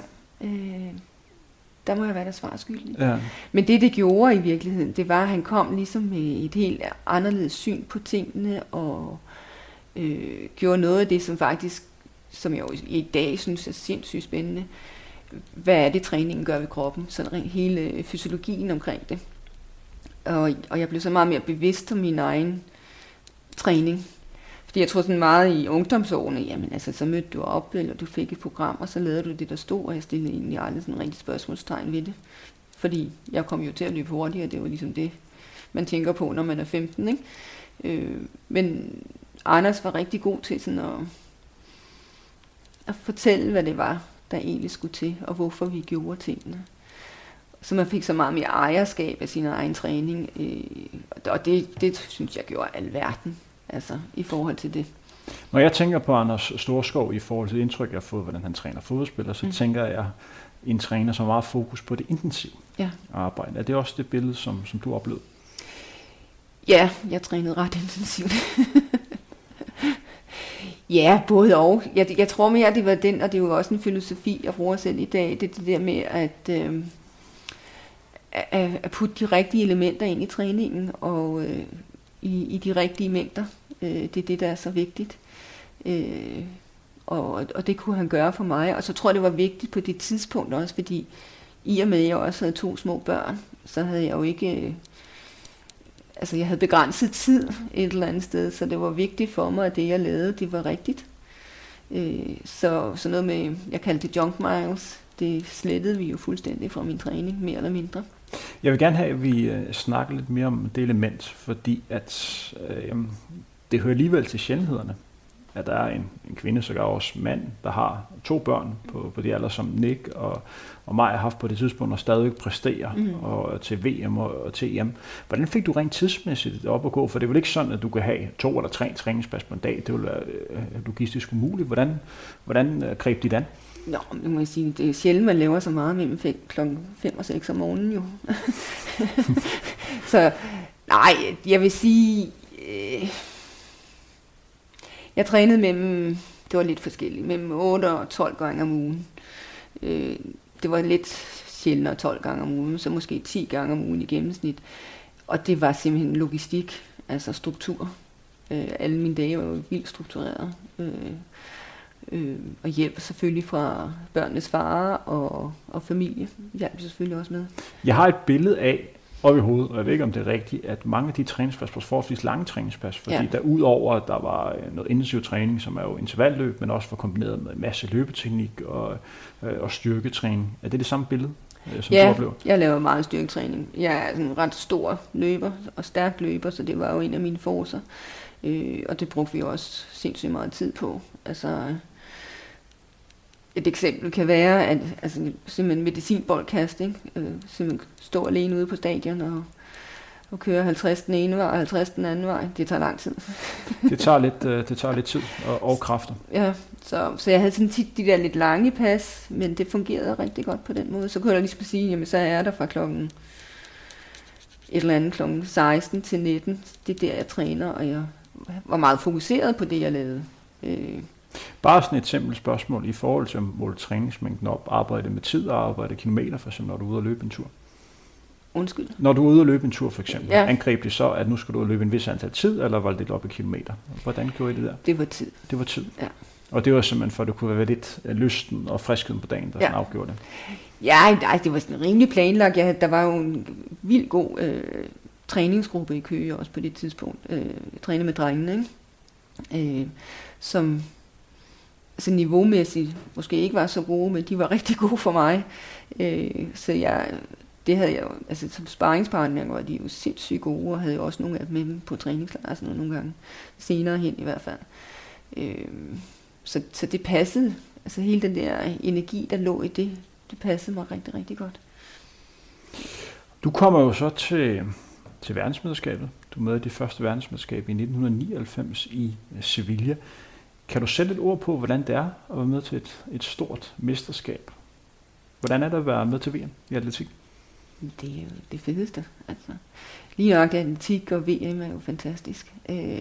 Der må jeg være der svarskyldig. Ja. Men det gjorde i virkeligheden, det var, at han kom ligesom med et helt anderledes syn på tingene, og gjorde noget af det, som jeg jo i dag synes er sindssygt spændende. Hvad er det, træningen gør ved kroppen? Sådan hele fysiologien omkring det. Og jeg blev så meget mere bevidst om min egen træning. Fordi jeg tror sådan meget i ungdomsårene, jamen altså, så mødte du op, eller du fik et program, og så lavede du det, der stod, og jeg stillede egentlig aldrig sådan en rigtig spørgsmålstegn ved det. Fordi jeg kom jo til at løbe hurtigt, og det var ligesom det, man tænker på, når man er 15, ikke? Men Anders var rigtig god til sådan at fortælle, hvad det var, der egentlig skulle til, og hvorfor vi gjorde tingene. Så man fik så meget mere ejerskab af sin egen træning, og det synes jeg gjorde alverden, altså i forhold til det. Når jeg tænker på Anders Storskov i forhold til det indtryk, jeg har fået, hvordan han træner fodboldspillere, så tænker jeg en træner, som har meget fokus på det intensive arbejde. Er det også det billede, som du oplevede? Ja, jeg trænede ret intensivt. Ja, både og. Jeg tror mere, at det var den, og det er jo også en filosofi, jeg bruger selv i dag, det der med at putte de rigtige elementer ind i træningen, og i de rigtige mængder. Det er det, der er så vigtigt. Og det kunne han gøre for mig. Og så tror jeg, det var vigtigt på det tidspunkt også, fordi i og med, at jeg også havde 2 små børn, så havde jeg jo ikke... Altså, jeg havde begrænset tid et eller andet sted, så det var vigtigt for mig, at det, jeg lavede, det var rigtigt. Så noget med, jeg kaldte det junk miles, det slettede vi jo fuldstændig fra min træning, mere eller mindre. Jeg vil gerne have, at vi snakker lidt mere om det element, fordi at det hører alligevel til sjældenhederne, at der er en kvinde, sågar også mand, der har 2 børn på de alder, som Nick og Maja har haft på det tidspunkt, og stadig præsterer og til VM og til EM. Hvordan fik du rent tidsmæssigt op at gå? For det er vel ikke sådan, at du kan have 2 eller 3 træningspas på en dag. Det vil være logistisk umuligt. Hvordan greb dit an? Nå, det må jeg sige, det er sjældent, man laver så meget mellem klokken 5 og 6 om morgenen jo. Så nej, jeg vil sige, jeg trænede det var lidt forskelligt, mellem 8 og 12 gange om ugen. Det var lidt sjældnere 12 gange om ugen, så måske 10 gange om ugen i gennemsnit. Og det var simpelthen logistik, altså struktur. Alle mine dage var jo vildt struktureret. Og hjælp selvfølgelig fra børnenes far og familie. Jeg er selvfølgelig også med. Jeg har et billede af, op i hovedet, og jeg ved ikke, om det er rigtigt, at mange af de træningspas var forholdsvis lange træningspas, fordi der udover, at der var noget intensiv træning, som er jo intervalløb, men også var kombineret med en masse løbeteknik og styrketræning. Er det samme billede, som du oplever? Ja, jeg laver meget styrketræning. Jeg er en ret stor løber og stærk løber, så det var jo en af mine forcer. Og det brugte vi også sindssygt meget tid på. Altså, et eksempel kan være, at simpelthen medicinboldkast, ikke? Simpelthen stå alene ude på stadion og køre 50 den ene vej og 50 den anden vej. Det tager lang tid. Det tager lidt tid og kræfter. Ja, så jeg havde sådan tit de der lidt lange pas, men det fungerede rigtig godt på den måde. Så kunne jeg lige sige, jamen så er der fra klokken 16 til 19. Det er der, jeg træner, og jeg var meget fokuseret på det, jeg lavede. Bare sådan et simpelt spørgsmål i forhold til at måle træningsmængden op, arbejde med tid og arbejde kilometer, for eksempel når du er ude at løbe en tur. Undskyld? Når du er ude at løbe en tur for eksempel, angreb det så, at nu skal du løbe en vis antal tid, eller var det op i kilometer? Hvordan gjorde I det der? Det var tid. Det var tid? Ja. Og det var simpelthen for, at du kunne være lidt lysten og friskheden på dagen, der sådan afgjorde det? Ja, det var sådan rimelig planlagt. Der var jo en vildt god træningsgruppe i Køge også på det tidspunkt. Jeg trænede med drengene, ikke? Som altså niveaumæssigt måske ikke var så gode, men de var rigtig gode for mig. Så det havde jeg jo, altså som sparringspartner var de jo sindssygt gode, og havde jo også nogle af dem med på træningslejr, sådan nogle gange senere hen i hvert fald. Så det passede, altså hele den der energi, der lå i det passede mig rigtig, rigtig godt. Du kommer jo så til verdensmesterskabet. Du er med i det første verdensmesterskab i 1999 i Sevilla. Kan du sætte et ord på, hvordan det er at være med til et stort mesterskab? Hvordan er det at være med til VM i atletik? Det er jo det fedeste. Altså. Lige nok atletik og VM er jo fantastisk.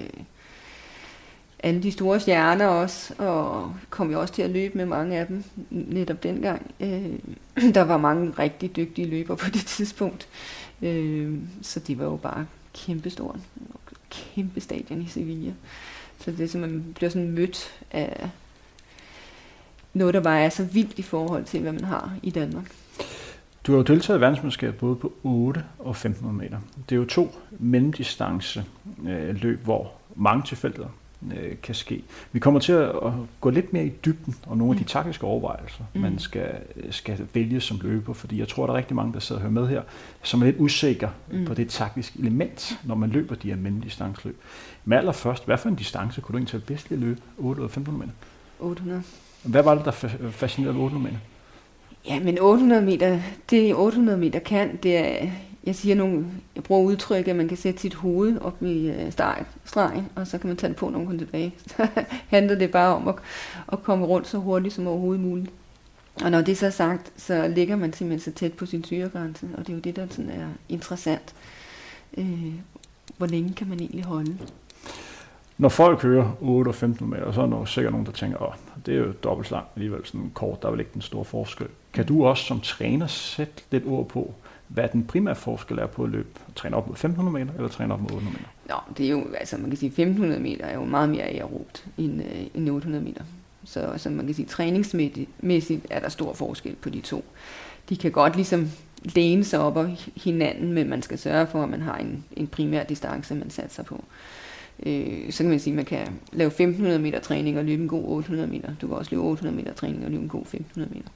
Alle de store stjerner også, og kom jo også til at løbe med mange af dem netop dengang. Der var mange rigtig dygtige løbere på det tidspunkt. Så det var jo bare kæmpestort. Kæmpe stadion i Sevilla. Så det er simpelthen, man bliver sådan mødt af noget, der bare er så vildt i forhold til, hvad man har i Danmark. Du har jo deltaget i verdensmesterskabet både på 8 og 1500 meter. Det er jo 2 mellemdistance løb, hvor mange tilfældigheder kan ske. Vi kommer til at gå lidt mere i dybden og nogle af de taktiske overvejelser, man skal vælge som løber, fordi jeg tror, der er rigtig mange, der sidder og hører med her, som er lidt usikre på det taktiske element, når man løber de her mellemdistanceløb. Men allerførst, hvad for en distance kunne du egentlig tage bedst at løbe? 8 eller 1500 meter? 800. Hvad var det, der fascinerede 800 meter? Ja, men 800 meter, det 800 meter kan, det er, jeg bruger udtryk, at man kan sætte sit hoved op i stregen, og så kan man tage det på, når man kommer tilbage. Så handler det bare om at komme rundt så hurtigt som overhovedet muligt. Og når det er så sagt, så ligger man simpelthen så tæt på sin syregrænse, og det er jo det, der sådan er interessant. Hvor længe kan man egentlig holde? Når folk hører 8 og 15 meter, så er der sikkert nogen, der tænker, det er jo dobbelt langt alligevel sådan kort, der er vel ikke den store forskel. Kan du også som træner sætte lidt ord på, hvad den primære forskel er på at løbe? Træne op mod 1500 meter eller træne op mod 800 meter? Nå, det er jo, altså man kan sige, 1500 meter er jo meget mere aerobt end 800 meter. Så man kan sige, træningsmæssigt er der stor forskel på de to. De kan godt ligesom læne sig op af hinanden, men man skal sørge for, at man har en primær distance, man satser på. Så kan man sige, at man kan lave 1500 meter træning og løbe en god 800 meter. Du kan også løbe 800 meter træning og løbe en god 1500 meter.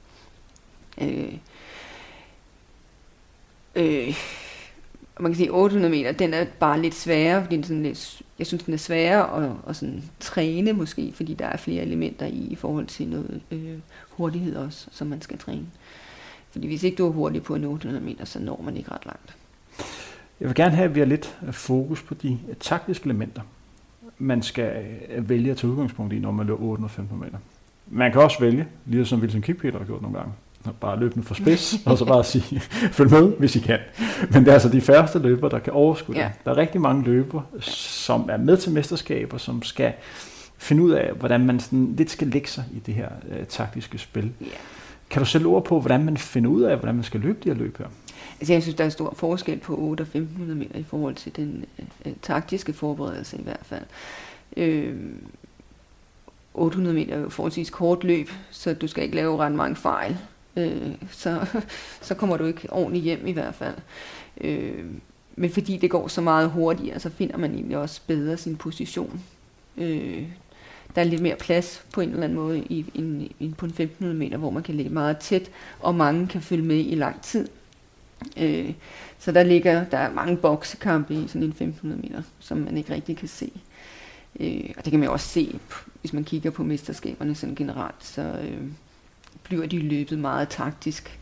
Man kan sige, at 800 meter, den er bare lidt sværere, fordi jeg synes, den er sværere at sådan træne måske, fordi der er flere elementer i forhold til noget hurtighed også, som man skal træne. Fordi hvis ikke du er hurtig på en 800 meter, så når man ikke ret langt. Jeg vil gerne have, at vi har lidt fokus på de taktiske elementer, man skal vælge at tage udgangspunkt i, når man løber 8 og 15 meter. Man kan også vælge, lige som Wilson Kipketer har gjort nogle gange, bare løbe den for spids, og så bare sige, følg med, hvis I kan. Men det er altså de færreste løbere, der kan overskue det. Der er rigtig mange løbere, som er med til mesterskaber, som skal finde ud af, hvordan man sådan lidt skal lægge sig i det her taktiske spil. Yeah. Kan du sætte ord på, hvordan man finder ud af, hvordan man skal løbe de her løb her? Altså jeg synes, der er stor forskel på 8 og 1500 meter i forhold til den taktiske forberedelse i hvert fald. 800 meter er jo forholdsvis kort løb, så du skal ikke lave ret mange fejl. Så kommer du ikke ordentligt hjem i hvert fald. Men fordi det går så meget hurtigere, så finder man egentlig også bedre sin position. Der er lidt mere plads på en eller anden måde på en 1500 meter, hvor man kan ligge meget tæt, og mange kan følge med i lang tid. Så der er mange boksekampe i sådan en 1500 meter, som man ikke rigtig kan se. Og det kan man også se, hvis man kigger på mesterskaberne sådan generelt, så bliver de løbet meget taktisk.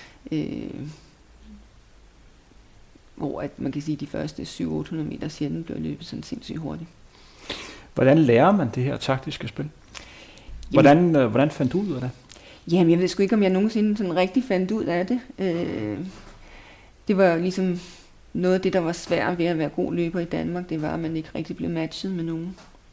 Hvor at man kan sige, at de første 700-800 meter sjældent bliver løbet sådan sindssygt hurtigt. Hvordan lærer man det her taktiske spil? Hvordan fandt du ud af det? Jamen, jeg ved sgu ikke, om jeg nogensinde sådan rigtig fandt ud af det. Det var ligesom noget af det, der var svært ved at være god løber i Danmark. Det var, at man ikke rigtig blev matchet med nogen.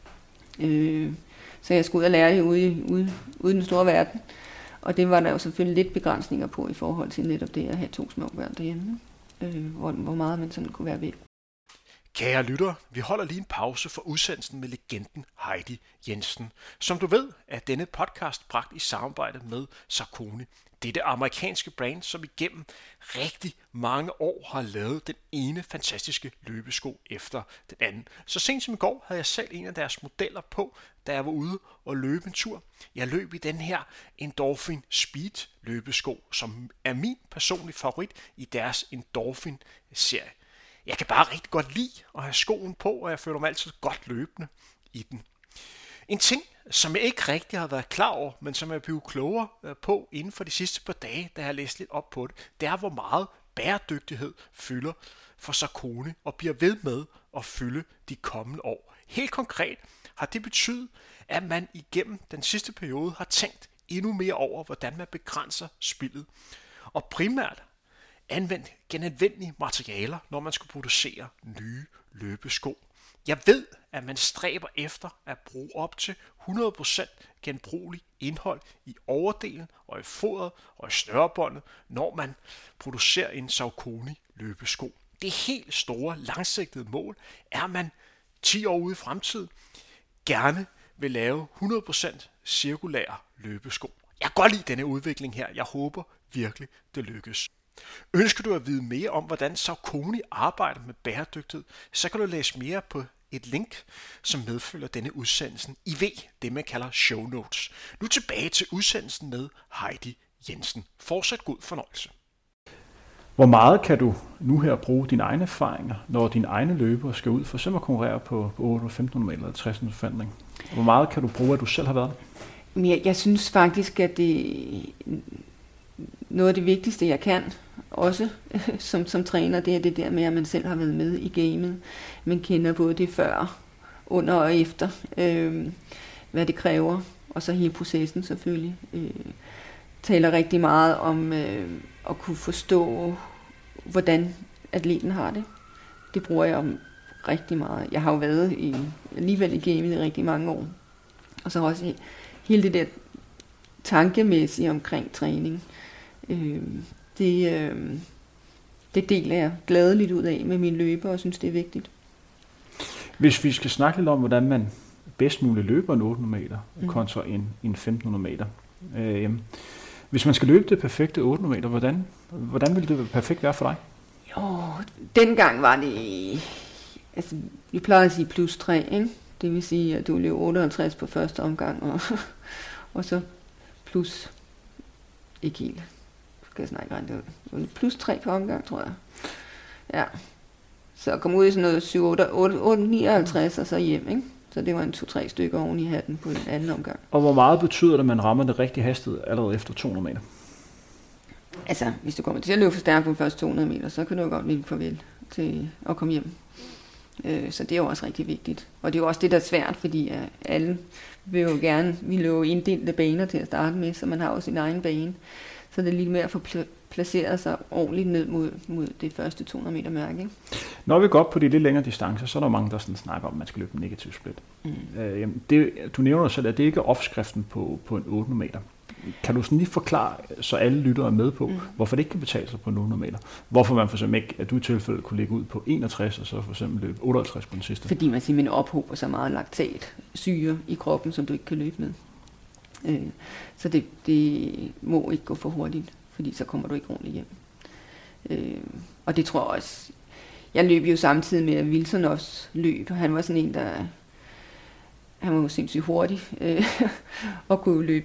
Så jeg skulle ud og lære det ude i den store verden. Og det var der jo selvfølgelig lidt begrænsninger på i forhold til netop det at have 2 små børn derhjemme. Hvor meget man sådan kunne være ved. Kære lytter, vi holder lige en pause for udsendelsen med legenden Heidi Jensen. Som du ved, er denne podcast bragt i samarbejde med Saucony. Det er det amerikanske brand, som igennem rigtig mange år har lavet den ene fantastiske løbesko efter den anden. Så sent som i går havde jeg selv en af deres modeller på, da jeg var ude og løbe en tur. Jeg løb i den her Endorphin Speed løbesko, som er min personlige favorit i deres Endorphin-serie. Jeg kan bare rigtig godt lide at have skoen på, og jeg føler mig altid godt løbende i den. En ting, som jeg ikke rigtig har været klar over, men som jeg er blevet klogere på inden for de sidste par dage, da jeg har læst lidt op på det, det er, hvor meget bæredygtighed fylder for Saucony og bliver ved med at fylde de kommende år. Helt konkret har det betydet, at man igennem den sidste periode har tænkt endnu mere over, hvordan man begrænser spildet. Og primært anvendt genanvendelige materialer, når man skal producere nye løbesko. Jeg ved, at man stræber efter at bruge op til 100% genbrugelig indhold i overdelen og i fodret og i snørebåndet, når man producerer en Saucony løbesko. Det helt store, langsigtede mål er, at man 10 år ude i fremtiden gerne vil lave 100% cirkulære løbesko. Jeg kan godt lide denne udvikling her. Jeg håber virkelig, det lykkes. Ønsker du at vide mere om, hvordan Saucony arbejder med bæredygtighed, så kan du læse mere på et link, som medfølger denne udsendelsen i det man kalder show notes. Nu tilbage til udsendelsen med Heidi Jensen. Fortsat god fornøjelse. Hvor meget kan du nu her bruge dine egne erfaringer, når dine egne løbere skal ud for eksempel at konkurrere på 8, 1500 meter eller 60 forandring? Hvor meget kan du bruge, at du selv har været? Jeg synes faktisk, at det noget af det vigtigste, jeg kan, også som træner, det er det der med, at man selv har været med i gamet. Man kender både det før, under og efter, hvad det kræver, og så hele processen selvfølgelig. Taler rigtig meget om at kunne forstå, hvordan atleten har det. Det bruger jeg om rigtig meget. Jeg har jo været alligevel i gamet i rigtig mange år. Og så også hele det der tankemæssige omkring træning. Det deler jeg gladeligt ud af med mine løbere og synes, det er vigtigt. Hvis vi skal snakke lidt om, hvordan man bedst muligt løber en 800 meter kontra en 1500 meter. Hvis man skal løbe det perfekte 800 meter, hvordan ville det perfekt være for dig? Jo, dengang var det, altså vi plejer at sige plus 3, ikke? Det vil sige, at du løb 58 på første omgang, og så plus, ikke helt, skal jeg snakke rent ud, plus 3 på omgang, tror jeg. Ja, så kom ud i sådan noget 7, 8, 59 og så hjem, ikke? Så det var en 2-3 stykker oven i hatten på en anden omgang. Og hvor meget betyder det, at man rammer det rigtige hastighed allerede efter 200 meter? Altså, hvis du kommer til at løbe for stærkt på de første 200 meter, så kan du jo godt vinke farvel til at komme hjem. Så det er jo også rigtig vigtigt. Og det er jo også det, der er svært, fordi alle vil jo gerne, vi løber inddelte baner til at starte med, så man har jo sin egen bane. Så det er lige med at få placeret sig ordentligt ned mod det første 200 meter mærke. Ikke? Når vi går op på de lidt længere distancer, så er der mange, der sådan snakker om, at man skal løbe en negativ split. Du nævner selv, at det ikke er opskriften på en 800 meter. Kan du sådan lige forklare, så alle lyttere er med på, hvorfor det ikke kan betale sig på en 800 meter? Hvorfor man for eksempel ikke, at du i tilfælde kunne ligge ud på 61, og så for eksempel løbe 58 på den sidste? Fordi man simpelthen ophober så meget laktat, syre i kroppen, som du ikke kan løbe med. Så det må ikke gå for hurtigt, fordi så kommer du ikke ordentligt hjem. Og det tror jeg også. Jeg løb jo samtidig med, at Wilson også løb. Han var sådan en, han var jo sindssygt hurtig, og kunne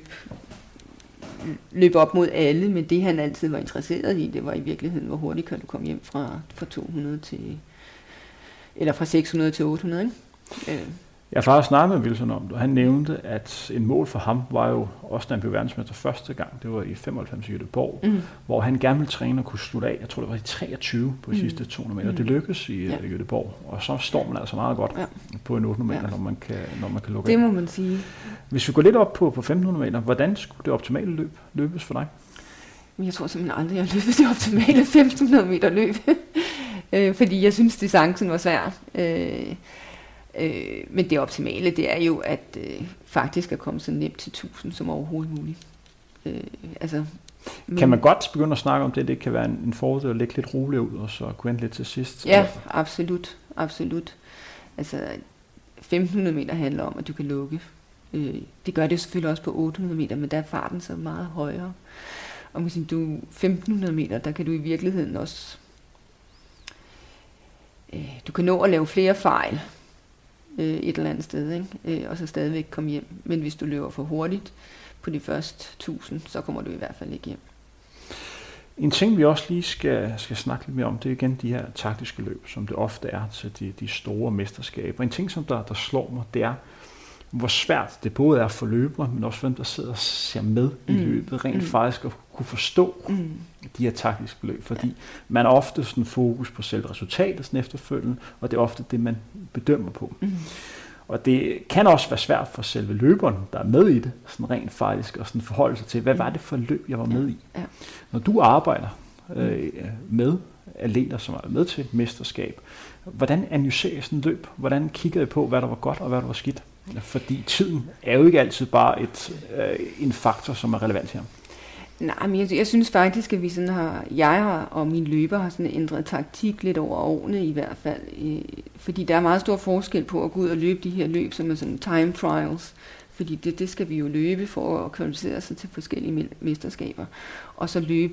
løbe op mod alle, men det han altid var interesseret i, det var i virkeligheden, hvor hurtigt kan du komme hjem fra 200 til, eller fra 600 til 800, ikke? Jeg har faktisk snakket med Wilson om det, og han nævnte, at en mål for ham var jo også, da han blev verdensmester første gang, det var i 95 i Göteborg, hvor han gerne ville træne og kunne slutte af, jeg tror det var i 23 på de sidste 200 meter. Det lykkedes i Göteborg, og så står man altså meget godt på en 800 meter, når man kan lukke af. Det må man sige. Hvis vi går lidt op på 1500 meter, hvordan skulle det optimale løb løbes for dig? Jeg tror simpelthen aldrig, jeg har løbet det optimale 1500 meter løb, fordi jeg synes, distancen var svær. Men det optimale, det er jo at faktisk at komme så nemt til 1000 som overhovedet muligt. Kan man godt begynde at snakke om det? Det kan være en fordel at lægge lidt roligt ud, og så gå ind lidt til sidst? Ja, absolut. absolut. Altså 1500 meter handler om, at du kan lukke. Det gør det selvfølgelig også på 800 meter, men der er farten så meget højere. Og hvis du 1500 meter, der kan du i virkeligheden også... du kan nå at lave flere fejl et eller andet sted, ikke? Og så stadigvæk komme hjem. Men hvis du løber for hurtigt på de første 1000, så kommer du i hvert fald ikke hjem. En ting, vi også lige skal snakke lidt mere om, det er igen de her taktiske løb, som det ofte er til de store mesterskaber. En ting, som der slår mig, det er, hvor svært det både er for løbere, men også for dem, der sidder og ser med i løbet, rent faktisk at kunne forstå de her taktiske løb, fordi man er ofte sådan fokus på selv resultatet sådan efterfølgende, og det er ofte det, man bedømmer på. Og det kan også være svært for selve løberen, der er med i det, sådan rent faktisk, og sådan forholde sig til, hvad var det for løb, jeg var med i? Ja. Når du arbejder med atleter, som er med til et mesterskab, hvordan analyserer sådan et løb? Hvordan kigger I på, hvad der var godt og hvad der var skidt? Fordi tiden er jo ikke altid bare en faktor, som er relevant her. Nej, men jeg synes faktisk, at vi sådan jeg og mine løber har sådan ændret taktik lidt over årene i hvert fald. Fordi der er meget stor forskel på at gå ud og løbe de her løb, som er sådan time trials. Fordi det skal vi jo løbe for at kvalificere sig til forskellige mesterskaber. Og så løbe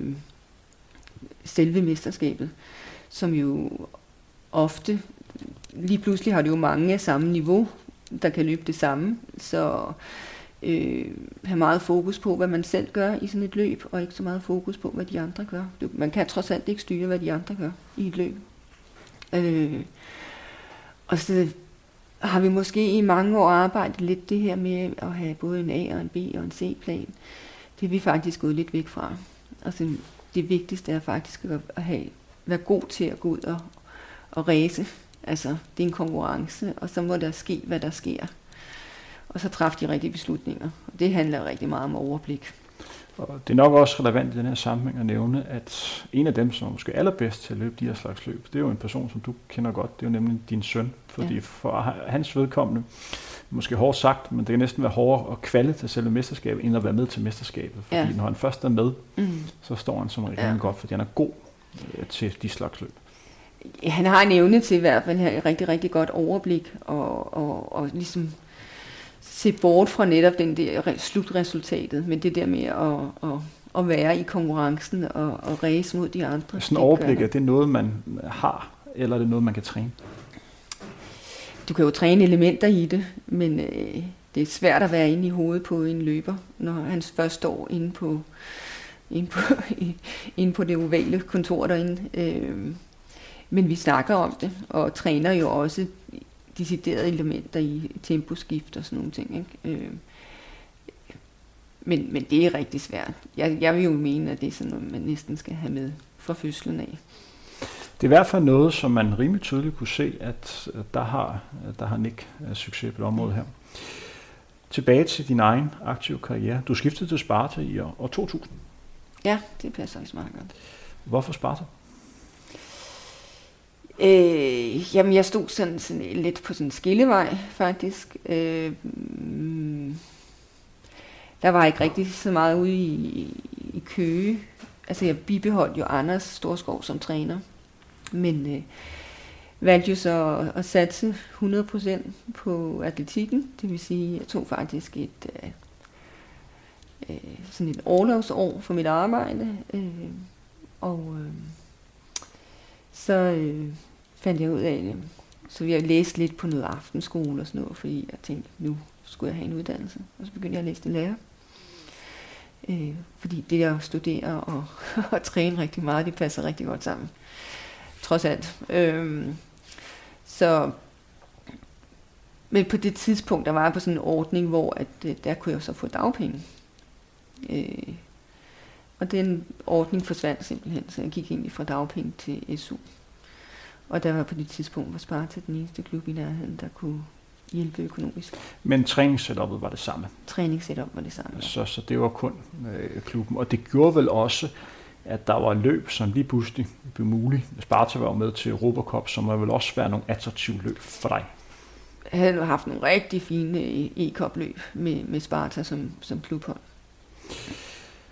selve mesterskabet, som jo ofte, lige pludselig har det jo mange af samme niveau, der kan løbe det samme. Så have meget fokus på, hvad man selv gør i sådan et løb, og ikke så meget fokus på, hvad de andre gør. Man kan trods alt ikke styre, hvad de andre gør i et løb. Og så har vi måske i mange år arbejdet lidt det her med at have både en A og en B og en C-plan. Det er vi faktisk gået lidt væk fra. Altså, det vigtigste er faktisk at være god til at gå ud og ræse. Altså, det er en konkurrence, og så må der ske, hvad der sker. Og så træffe de rigtige beslutninger. Og det handler rigtig meget om overblik. Og det er nok også relevant i den her sammenhæng at nævne, at en af dem, som er måske allerbedst til at løbe de her slags løb, det er jo en person, som du kender godt. Det er jo nemlig din søn. Fordi for hans vedkommende, måske hårdt sagt, men det kan næsten være hårdere at kvalde til selve mesterskabet, end at være med til mesterskabet. Fordi når han først er med, så står han som rigtig godt, fordi han er god til de slags løb. Han har en evne til i hvert fald at have et rigtig, rigtig godt overblik, og ligesom se bort fra netop den der slutresultatet, men det der med at være i konkurrencen og ræse mod de andre. Sådan en overblik, er det noget, man har, eller er det noget, man kan træne? Du kan jo træne elementer i det, men det er svært at være inde i hovedet på en løber, når han først står inde på det ovale kontor derinde. Men vi snakker om det, og træner jo også deciderede elementer i temposkift og sådan nogle ting. Ikke? Men det er rigtig svært. Jeg vil jo mene, at det er sådan noget, man næsten skal have med fra fødslen af. Det er i hvert fald noget, som man rimelig tydeligt kunne se, at der har Nick succes på det område her. Tilbage til din egen aktive karriere. Du skiftede til Sparta i år 2000. Ja, det passer også meget godt. Hvorfor Sparta? Jamen, jeg stod sådan lidt på sådan en skillevej, faktisk. Der var ikke rigtig så meget ude i Køge. Altså, jeg bibeholdt jo Anders Storskov som træner, men valgte jo så at satse 100% på atletikken. Det vil sige, jeg tog faktisk sådan et orlovsår for mit arbejde, så fandt jeg ud af det. Så jeg læste lidt på noget aftenskole og sådan noget, fordi jeg tænkte, nu skulle jeg have en uddannelse. Og så begyndte jeg at læse til lærer. Fordi det at studere og træne rigtig meget, det passer rigtig godt sammen. Trods alt. Men på det tidspunkt, der var jeg på sådan en ordning, hvor der kunne jeg så få dagpenge. Og den ordning forsvandt simpelthen, så jeg gik egentlig fra dagpenge til SU. Og der var på det tidspunkt, hvor Sparta den eneste klub i nærheden, der kunne hjælpe økonomisk. Men træningssetupet var det samme? Træningssetup var det samme, ja. Så det var kun klubben. Og det gjorde vel også, at der var løb, som lige pludselig blev muligt. Sparta var med til Europa Cup, som var vel også være nogle attraktive løb for dig. Jeg havde haft nogle rigtig fine e-cup-løb med Sparta som klubhold.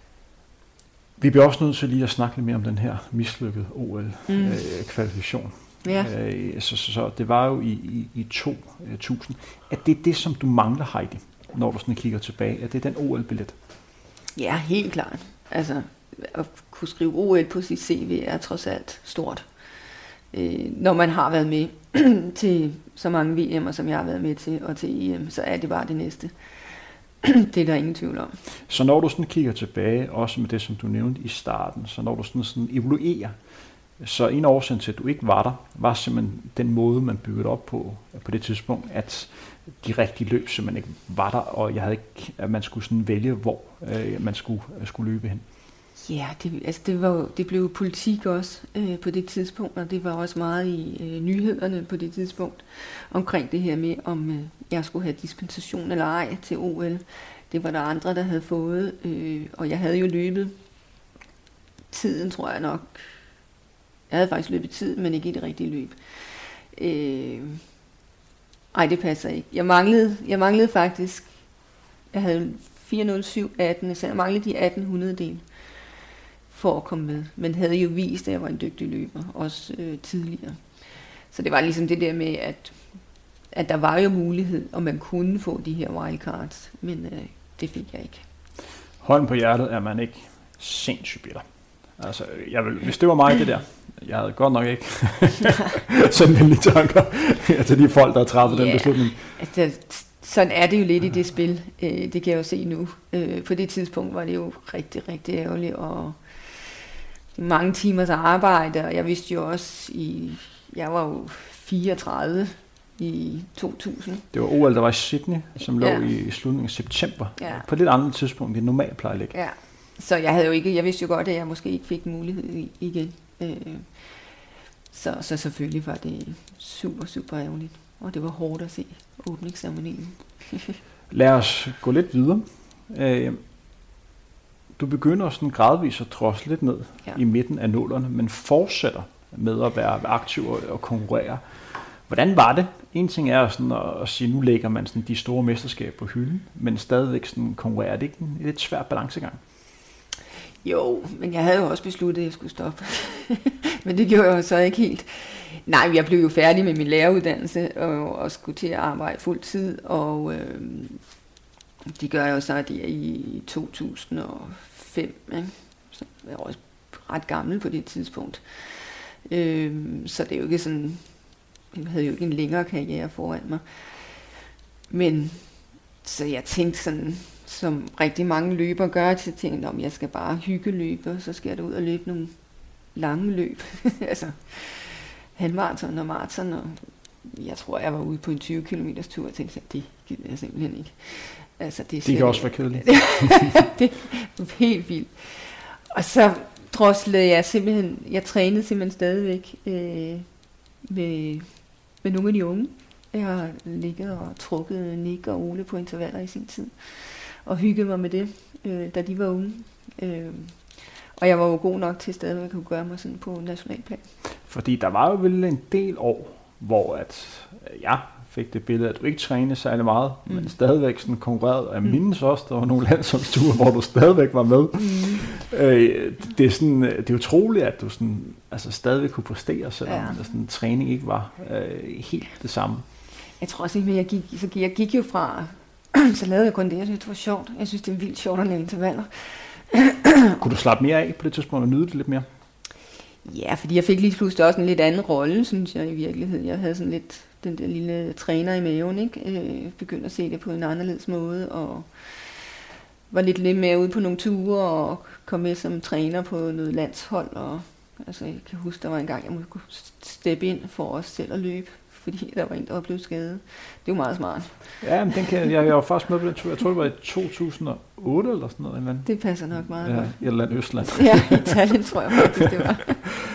Vi bliver også nødt til lige at snakke lidt mere om den her mislykkede OL-kvalifikation. Ja. Så det var jo i 2000. Er det, som du mangler, Heidi, når du sådan kigger tilbage? Er det den OL-billet? Ja, helt klart. Altså, at kunne skrive OL på sit CV er trods alt stort. Når man har været med til så mange VM'er, som jeg har været med til, og til EM, så er det bare det næste. Det er der ingen tvivl om. Så når du sådan kigger tilbage, også med det, som du nævnte i starten, så når du sådan evaluerer, så en årsag til, at du ikke var der, var simpelthen den måde, man byggede op på det tidspunkt, at de rigtige løb simpelthen ikke var der, og jeg havde ikke, at man skulle sådan vælge, hvor man skulle løbe hen. Ja, det blev politik også på det tidspunkt, og det var også meget i nyhederne på det tidspunkt omkring det her med, om jeg skulle have dispensation eller ej til OL. Det var der andre, der havde fået, og jeg havde jo løbet tiden, tror jeg nok. Jeg havde faktisk løbet tid, men ikke i det rigtige løb. Ej, det passer ikke. Jeg manglede faktisk, jeg havde 4:07:18, så jeg manglede de 1800 del for at komme med, men havde jo vist, at jeg var en dygtig løber, også tidligere. Så det var ligesom det der med, at der var jo mulighed, og man kunne få de her wildcards, men det fik jeg ikke. Hånden på hjertet er man ikke sindssygt bitter. Altså, hvis det var mig, det der, jeg havde godt nok ikke sådan venlige tanker til de folk, der har træffet den beslutning. Altså, sådan er det jo lidt i det spil. Det kan jeg jo se nu. På det tidspunkt var det jo rigtig, rigtig ærgerligt, og mange timers arbejde, og jeg vidste jo også, jeg var jo 34 i 2000. Det var OL, der var i Sydney, som lå i slutningen af september. Ja. På et lidt andet tidspunkt, end normalt plejer at ligge. Ja. Så jeg vidste jo godt, at jeg måske ikke fik mulighed igen. Så selvfølgelig var det super, super ærgerligt. Og det var hårdt at se åbningsceremonien. Lad os gå lidt videre. Du begynder sådan gradvist at drosle lidt ned i midten af nullerne, men fortsætter med at være aktiv og konkurrere. Hvordan var det? En ting er sådan at sige, nu lægger man sådan de store mesterskaber på hylden, men stadigvæk sådan konkurrerer. Det ikke en lidt svær balancegang? Jo, men jeg havde jo også besluttet, at jeg skulle stoppe. Men det gjorde jeg jo så ikke helt. Nej, jeg blev jo færdig med min læreruddannelse og skulle til at arbejde fuld tid, og det gør jeg jo så i 2005, ikke? Så jeg var også ret gammel på det tidspunkt. Så det er jo ikke sådan, jeg havde jo ikke en længere karriere foran mig. Men så jeg tænkte sådan, som rigtig mange løbere gør, til tænkt om, jeg skal bare hyggeløbe, og så skal jeg da ud og løbe nogle lange løb. Altså halvmaraton og maraton, og jeg tror, jeg var ude på en 20 km tur, og tænkte, det gider jeg simpelthen ikke. Altså, det kan også være kedeligt. Det er helt vildt. Og så droslede jeg simpelthen, jeg trænede simpelthen stadigvæk med nogle af de unge. Jeg har ligget og trukket Nick og Ole på intervaller i sin tid, og hyggede mig med det, da de var unge. Og jeg var jo god nok til stadigvæk at kunne gøre mig sådan på nationalplan. Fordi der var jo vel en del år, hvor at jeg fik det billede, at du ikke trænede særlig meget, men stadigvæk sådan konkurrerede. Og jeg mindes også, der var nogle landsholdsture, hvor du stadigvæk var med. Det er utroligt, at du sådan, altså stadigvæk kunne præstere, selvom sådan, træning ikke var helt det samme. Jeg tror også ikke, at jeg gik jo fra, så lavede jeg kun det, jeg synes, det var sjovt. Jeg synes, det er vildt sjovt at lave intervaller. Kunne du slappe mere af på det tidspunkt og nyde det lidt mere? Ja, fordi jeg fik lige pludselig også en lidt anden rolle, synes jeg i virkeligheden. Jeg havde sådan lidt den der lille træner i maven, ikke? Begyndte at se det på en anderledes måde, og var lidt mere ude på nogle ture, og kom med som træner på noget landshold. Og, altså, jeg kan huske, der var en gang, jeg måtte steppe ind for os selv at løbe, fordi der var en, der var blevet skadet. Det var meget smart. Ja, men jeg var faktisk med på den tur. Jeg tror, det var i 2008 eller sådan noget. Eller det passer nok meget godt. I et eller andet Østland. Ja, i Italien tror jeg faktisk, det var.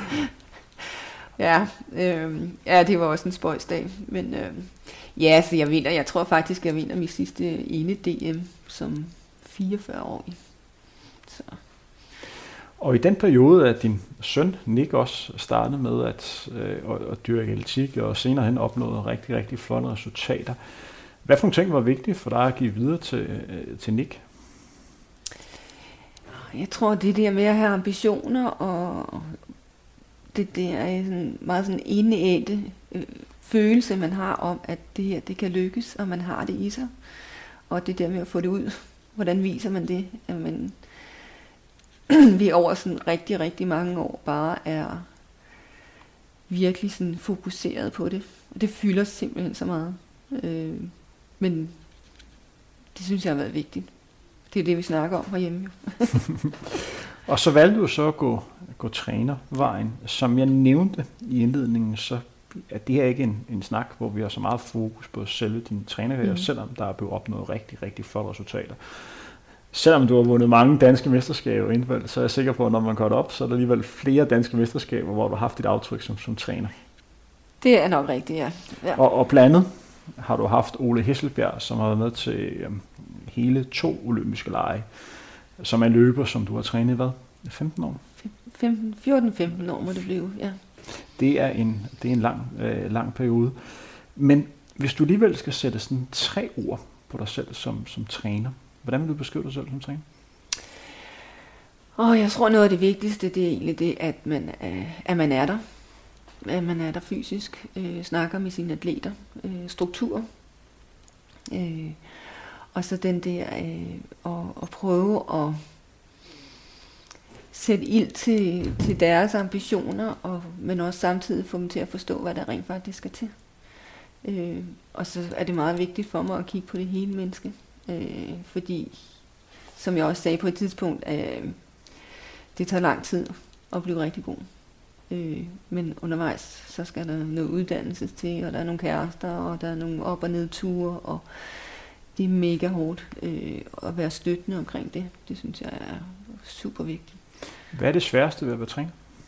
Ja, det var også en spøjsdag. Men så jeg tror faktisk, jeg vinder min sidste ene DM som 44-årig. Så. Og i den periode, at din søn Nick også startede med at dyrke atletik, og senere hen opnåede rigtig, rigtig flotte resultater. Hvad for nogle ting var vigtige for dig at give videre til Nick? Jeg tror, det der med at have ambitioner, og det er en meget sådan indædte følelse, man har om, at det her, det kan lykkes, og man har det i sig. Og det der med at få det ud. Hvordan viser man det? At man vi over sådan rigtig, rigtig mange år bare er virkelig sådan fokuseret på det. Og det fylder simpelthen så meget. Men det synes jeg har været vigtigt. Det er det, vi snakker om herhjemme. Og så valgte du så at gå trænervejen. Som jeg nævnte i indledningen, så er det her ikke en snak, hvor vi har så meget fokus på selve din trænerkarriere, selvom der er blevet opnået rigtig, rigtig flotte resultater. Selvom du har vundet mange danske mesterskaber indvalgt, så er jeg sikker på, at når man går op, så er der alligevel flere danske mesterskaber, hvor du har haft et aftryk som træner. Det er nok rigtigt, ja. Og blandet har du haft Ole Hesselbjerg, som har været med til hele 2 olympiske lege, som er løber, som du har trænet, hvad? 15 år? 14-15 år må det blive, ja. Det er en lang periode. Men hvis du alligevel skal sætte sådan 3 ord på dig selv som træner, hvordan vil du beskrive dig selv som træner? Jeg tror noget af det vigtigste, det er egentlig det, at man er der. At man er der fysisk, snakker med sine atleter, struktur. Og så den der at prøve at sætte ild til deres ambitioner, men også samtidig få dem til at forstå, hvad der rent faktisk skal til. Og så er det meget vigtigt for mig at kigge på det hele menneske. Fordi, som jeg også sagde på et tidspunkt, det tager lang tid at blive rigtig god. Men undervejs, så skal der noget uddannelse til, og der er nogle kærester, og der er nogle op- og nedture, og det er mega hårdt at være støttende omkring det. Det synes jeg er super vigtigt. Hvad er det sværeste ved at være træner?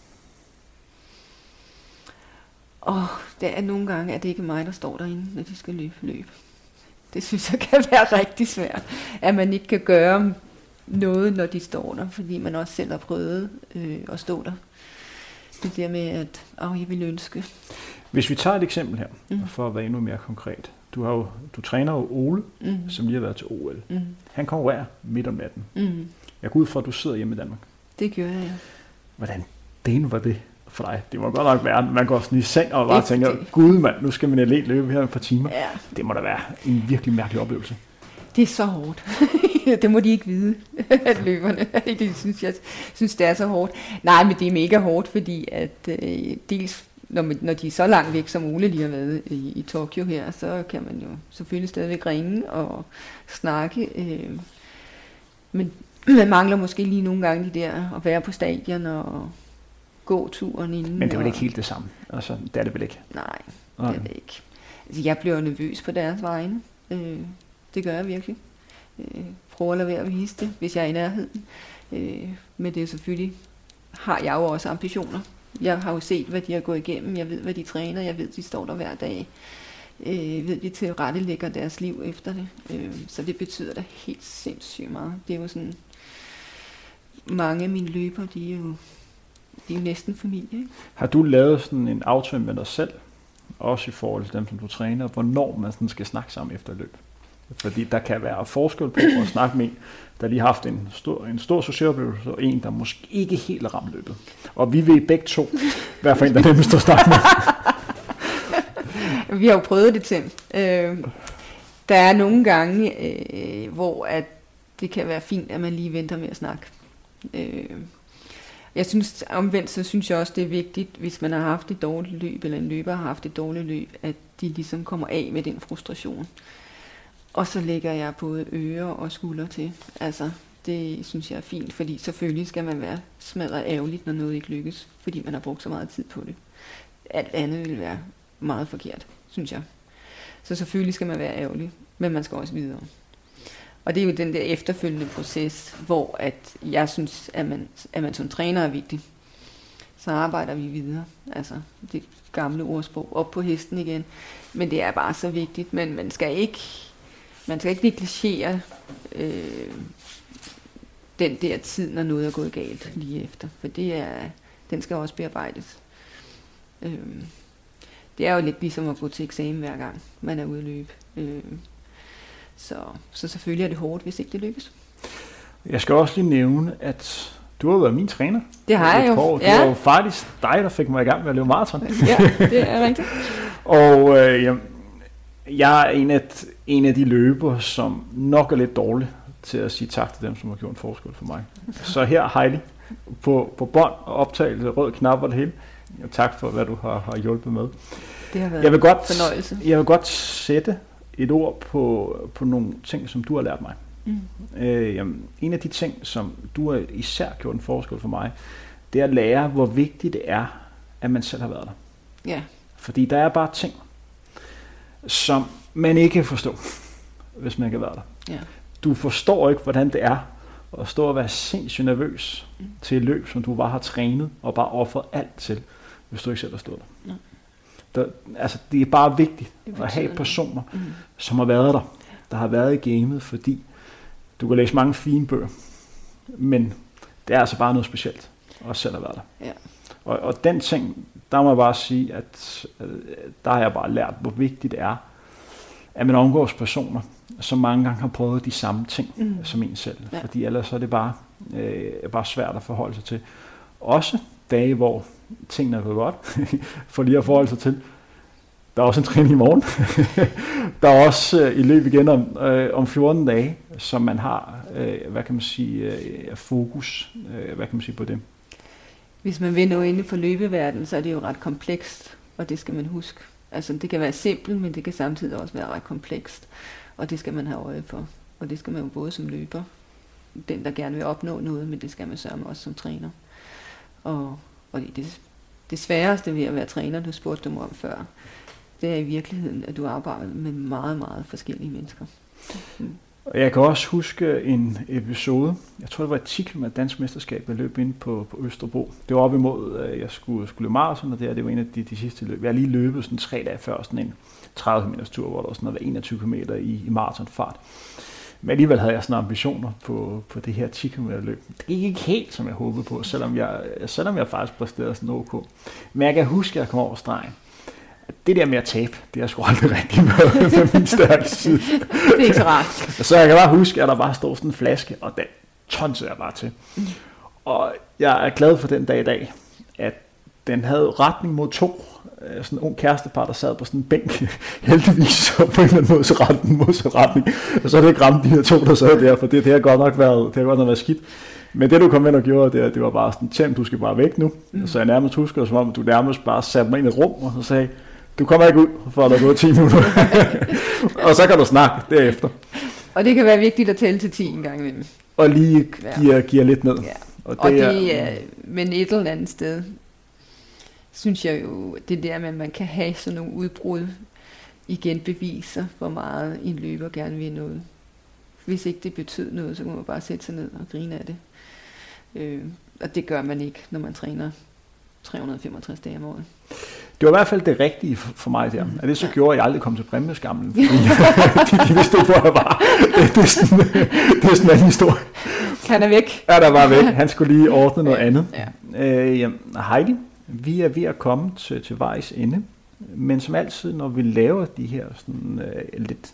Det er nogle gange, at det ikke er mig, der står derinde, når de skal løbe. Det synes jeg kan være rigtig svært. At man ikke kan gøre noget, når de står der, fordi man også selv har prøvet at stå der. Det der med, at jeg vil ønske. Hvis vi tager et eksempel her, for at være endnu mere konkret. Du træner jo Ole, som lige har været til OL. Han konkurrerer midt om natten. Jeg går ud fra, at du sidder hjemme i Danmark. Det gør jeg, ja. Hvordan var det for dig? Det må godt nok være, man går sådan i seng og bare tænker, gud mand, nu skal min atlet løbe her et par timer. Ja. Det må da være en virkelig mærkelig oplevelse. Det er så hårdt. Det må de ikke vide, at løberne. Det synes, det er så hårdt. Nej, men det er mega hårdt, fordi at dels når de er så langt væk, som Ole lige har været i Tokyo her, så kan man jo selvfølgelig stadigvæk ringe og snakke. Men man mangler måske lige nogle gange de der at være på stadion og gå turen inden. Men det er vel ikke helt det samme? Altså, det er det vel ikke? Nej, det er det ikke. Altså, jeg bliver nervøs på deres vegne. Det gør jeg virkelig. Prøver at lade være at vise det, hvis jeg er i nærheden. Men det er selvfølgelig, har jeg jo også ambitioner. Jeg har jo set, hvad de har gået igennem. Jeg ved, hvad de træner. Jeg ved, de står der hver dag. Jeg ved, de tilrettelægger deres liv efter det. Så det betyder da helt sindssygt meget. Det er jo sådan, mange af mine løbere, de er jo næsten familie. Ikke? Har du lavet sådan en aftale med dig selv, også i forhold til dem, som du træner, hvornår man sådan skal snakke sammen efter løb? Fordi der kan være forskel på at snakke med en, der lige har haft en stor succesoplevelse, og en, der måske ikke helt har ramt løbet. Og vi vil begge to være for en, der nemmest at snakke med. Vi har jo prøvet det, Tim. Der er nogle gange, hvor at det kan være fint, at man lige venter med at snakke. Jeg synes omvendt, så synes jeg også, det er vigtigt, hvis man har haft et dårligt løb, eller en løber har haft et dårligt løb, at de ligesom kommer af med den frustration. Og så lægger jeg både ører og skuldre til. Altså, det synes jeg er fint, fordi selvfølgelig skal man være smadret ærgerligt, når noget ikke lykkes, fordi man har brugt så meget tid på det. Alt andet vil være meget forkert, synes jeg. Så selvfølgelig skal man være ærgerlig, men man skal også videre. Og det er jo den der efterfølgende proces, hvor at jeg synes, at man som træner er vigtig. Så arbejder vi videre. Altså det gamle ordsprog, op på hesten igen. Men det er bare så vigtigt. Men man skal ikke negligere den der tid, når noget er gået galt lige efter. For den skal også bearbejdes. Det er jo lidt ligesom at gå til eksamen hver gang, man er ude at løbe. Så selvfølgelig er det hårdt, hvis ikke det lykkes. Jeg skal også lige nævne, at Du har været min træner. Det har jeg jo. Det var jo faktisk dig, der fik mig i gang med at løbe maraton. Ja, det er rigtigt. Og jeg er en af de løbere, som nok er lidt dårlig til at sige tak til dem, som har gjort en forskel for mig. Så her, Heidi, på bånd og optagelse, rød knap og det hele. Tak for, hvad du har hjulpet med. Det har været en fornøjelse. Jeg vil godt sætte et ord på nogle ting, som du har lært mig. En af de ting, som du har især gjort en forskel for mig, det er at lære, hvor vigtigt det er, at man selv har været der. Ja. Fordi der er bare ting, som man ikke kan forstå, hvis man ikke har været der. Ja. Du forstår ikke, hvordan det er at stå og være sindssygt nervøs til et løb, som du bare har trænet og bare offret alt til, hvis du ikke selv har stået der. Det er bare vigtigt at have personer, som har været der har været i gamet, fordi du kan læse mange fine bøger, men det er altså bare noget specielt at selv have været der. Ja. Og den ting, der må jeg bare sige, at der har jeg bare lært, hvor vigtigt det er, at man omgås personer, som mange gange har prøvet de samme ting som en selv. Ja. Fordi ellers er det bare svært at forholde sig til. Også dage, hvor tingene er gået godt, for lige at forholde sig til. Der er også en træning i morgen. Der er også i løb igen om 14 dage, som man har, fokus, på det. Hvis man vil nå inden for løbeverdenen, så er det jo ret komplekst, og det skal man huske. Altså det kan være simpelt, men det kan samtidig også være ret komplekst, og det skal man have øje for. Og det skal man jo både som løber, den der gerne vil opnå noget, men det skal man sørge med også som træner. Og det sværeste ved at være træner, du spurgte mig om før, det er i virkeligheden, at du arbejder med meget, meget forskellige mennesker. Jeg kan også huske en episode, jeg tror det var et 10 km dansk mesterskab, jeg løb ind på Østerbro. Det var op imod, at jeg skulle løbe maraton, og det var en af de sidste løb. Jeg har lige løbet sådan 3 dage før sådan en 30 km tur, hvor der var sådan noget 21 km i maratonfart. Men alligevel havde jeg sådan ambitioner på det her 10 km løb. Det gik ikke helt, som jeg håbede på, selvom jeg faktisk præsterede sådan ok. Men jeg kan huske, at jeg kom over stregen. Det der med at tabe, det er sgu aldrig rigtig med min stærke side. Det er ikke så rart. Så jeg kan bare huske, at der bare stod sådan en flaske, og den tonsede jeg bare til. Og jeg er glad for den dag i dag, at den havde retning mod 2. Sådan en ung kærestepar, der sad på sådan en bænk, heldigvis, og på en eller anden måde så retning mod retning. Og så er det ikke ramt de her 2, der sad der, for det har godt nok været skidt. Men det du kom ind og gjorde, det var bare sådan, Tim, du skal bare væk nu. Så jeg nærmest husker, som om du nærmest bare satte mig ind i et rum, og så sagde, du kommer ikke ud, for der er gået 10 minutter. Og så kan du snakke derefter. Og det kan være vigtigt at tælle til 10 en gang imellem. Og lige giver lidt ned. Ja. Men et eller andet sted, synes jeg jo, det der med, at man kan have sådan nogle udbrud, igen beviser, hvor meget en løber gerne vil noget. Hvis ikke det betyder noget, så kan man bare sætte sig ned og grine af det. Og det gør man ikke, når man træner 365 dage om året. Det var i hvert fald det rigtige for mig der. Og det så gjorde, at jeg aldrig kom til præmieskamlen. De vidste ikke, hvor jeg var. Det er sådan en historie. Han er væk. Ja, der var væk. Han skulle lige ordne noget andet. Ja. Heidi, vi er ved at komme til vejs ende. Men som altid, når vi laver de her sådan, lidt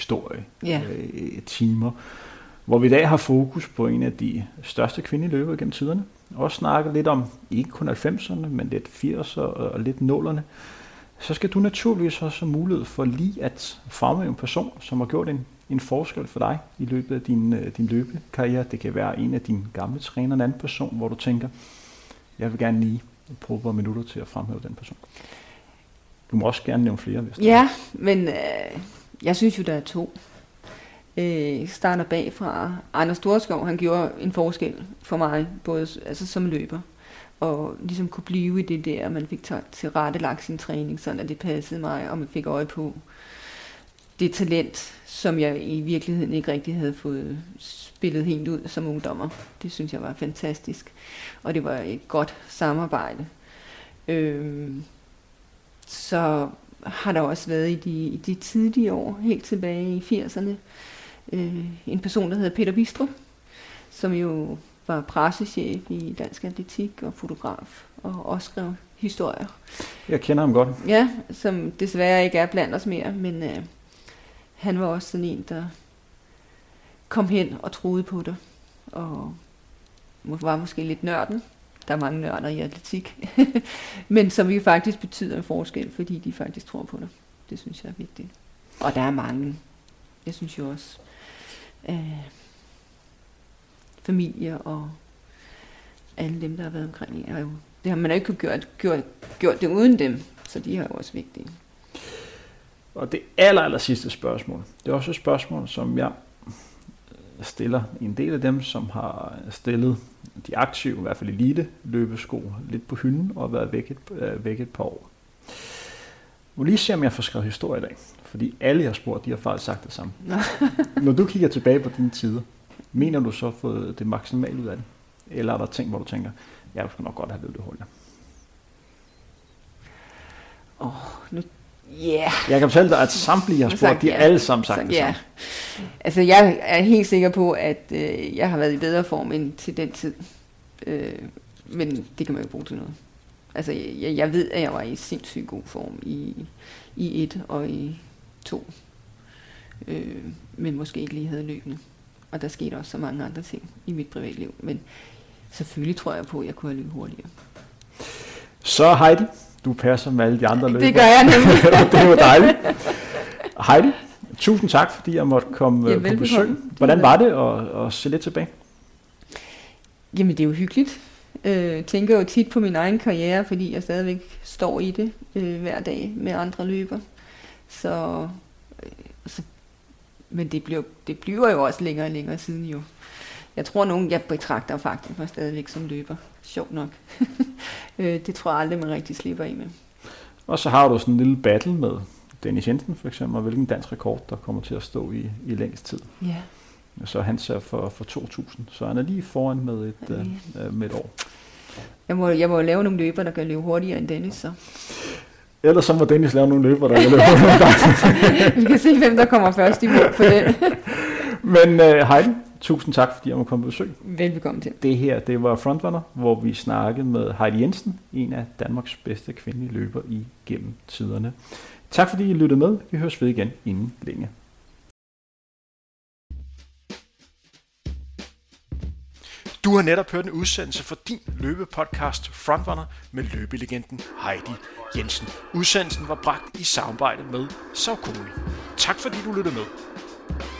timer, hvor vi i dag har fokus på en af de største kvindelige løbere gennem tiderne, også snakke lidt om, ikke kun 90'erne, men lidt 80'erne og lidt 0'erne, så skal du naturligvis også have mulighed for lige at fremme en person, som har gjort en forskel for dig i løbet af din løbekarriere. Det kan være en af dine gamle træner, en anden person, hvor du tænker, jeg vil gerne lige bruge et par minutter til at fremhæve den person. Du må også gerne nævne flere. Hvis ja, men jeg synes jo, der er 2. Starter bagfra. Anders Storskov, han gjorde en forskel for mig, både altså som løber, og ligesom kunne blive i det der, man fik tilrettelagt sin træning, sådan at det passede mig, og man fik øje på det talent, som jeg i virkeligheden ikke rigtig havde fået spillet helt ud som ungdommer. Det synes jeg var fantastisk, og det var et godt samarbejde. Så har der også været i de tidlige år, helt tilbage i 80'erne, en person, der hedder Peter Bistrup, som jo var pressechef i Dansk Atletik og fotograf, og også skrev historier. Jeg kender ham godt. Ja, som desværre ikke er blandt os mere, men han var også sådan en, der kom hen og troede på det, og var måske lidt nørden. Der er mange nørder i atletik. Men som jo faktisk betyder en forskel, fordi de faktisk tror på det. Det synes jeg er vigtigt. Og der er mange. Jeg synes jo også, familie og alle dem, der har været omkring, det har man jo ikke gjort det uden dem, så de er jo også vigtige. Og det aller sidste spørgsmål, det er også et spørgsmål, som jeg stiller en del af dem, som har stillet de aktive, i hvert fald elite løbesko, lidt på hylden og været væk et par år. Jeg vil lige se, om jeg får skrevet historie i dag, fordi alle jeg har spurgt, de har faktisk sagt det samme. Når du kigger tilbage på dine tider, mener du så fået det maksimale ud af det? Eller er der ting, hvor du tænker, jeg skulle nok godt have løbet det hurtigere? Jeg kan fortælle dig, at samtlige jeg har spurgt, de har alle sammen sagt det samme. Altså, jeg er helt sikker på, at jeg har været i bedre form end til den tid. Men det kan man jo bruge til noget. Altså, jeg ved, at jeg var i sindssygt god form i 1 og i 2. Men måske ikke lige havde løbende. Og der skete også så mange andre ting i mit privatliv. Men selvfølgelig tror jeg på, at jeg kunne have løbet hurtigere. Så Heidi, du passer med alle de andre løbere. Det gør jeg nemlig. Det var dejligt. Heidi, tusind tak, fordi jeg måtte komme på besøg. Hvordan var det at se lidt tilbage? Jamen, det er jo hyggeligt. Tænker jo tit på min egen karriere, fordi jeg stadigvæk står i det hver dag med andre løber. Men det bliver jo også længere og længere siden jo. Jeg tror nogen, jeg betragter faktisk mig stadigvæk som løber. Sjovt nok. Det tror jeg aldrig, man rigtig slipper af med. Og så har du sådan en lille battle med Dennis Jensen for eksempel, og hvilken dansk rekord, der kommer til at stå i længst tid. Ja. Så han ser for 2000, så han er lige foran med et år. Jeg må lave nogle løber, der kan løbe hurtigere end Dennis, så. Ellers så må Dennis lave nogle løber, der kan løbe hurtigere. Vi kan se, hvem der kommer først i mål på den. Men Heidi, tusind tak, fordi jeg må komme på besøg. Velbekomme til. Det her, det var Frontrunner, hvor vi snakkede med Heidi Jensen, en af Danmarks bedste kvindelige løber igennem tiderne. Tak fordi I lyttede med. Vi høres ved igen inden længe. Du har netop hørt en udsendelse fra din løbepodcast Frontrunner med løbelegenden Heidi Jensen. Udsendelsen var bragt i samarbejde med Saucony. Tak fordi du lyttede med.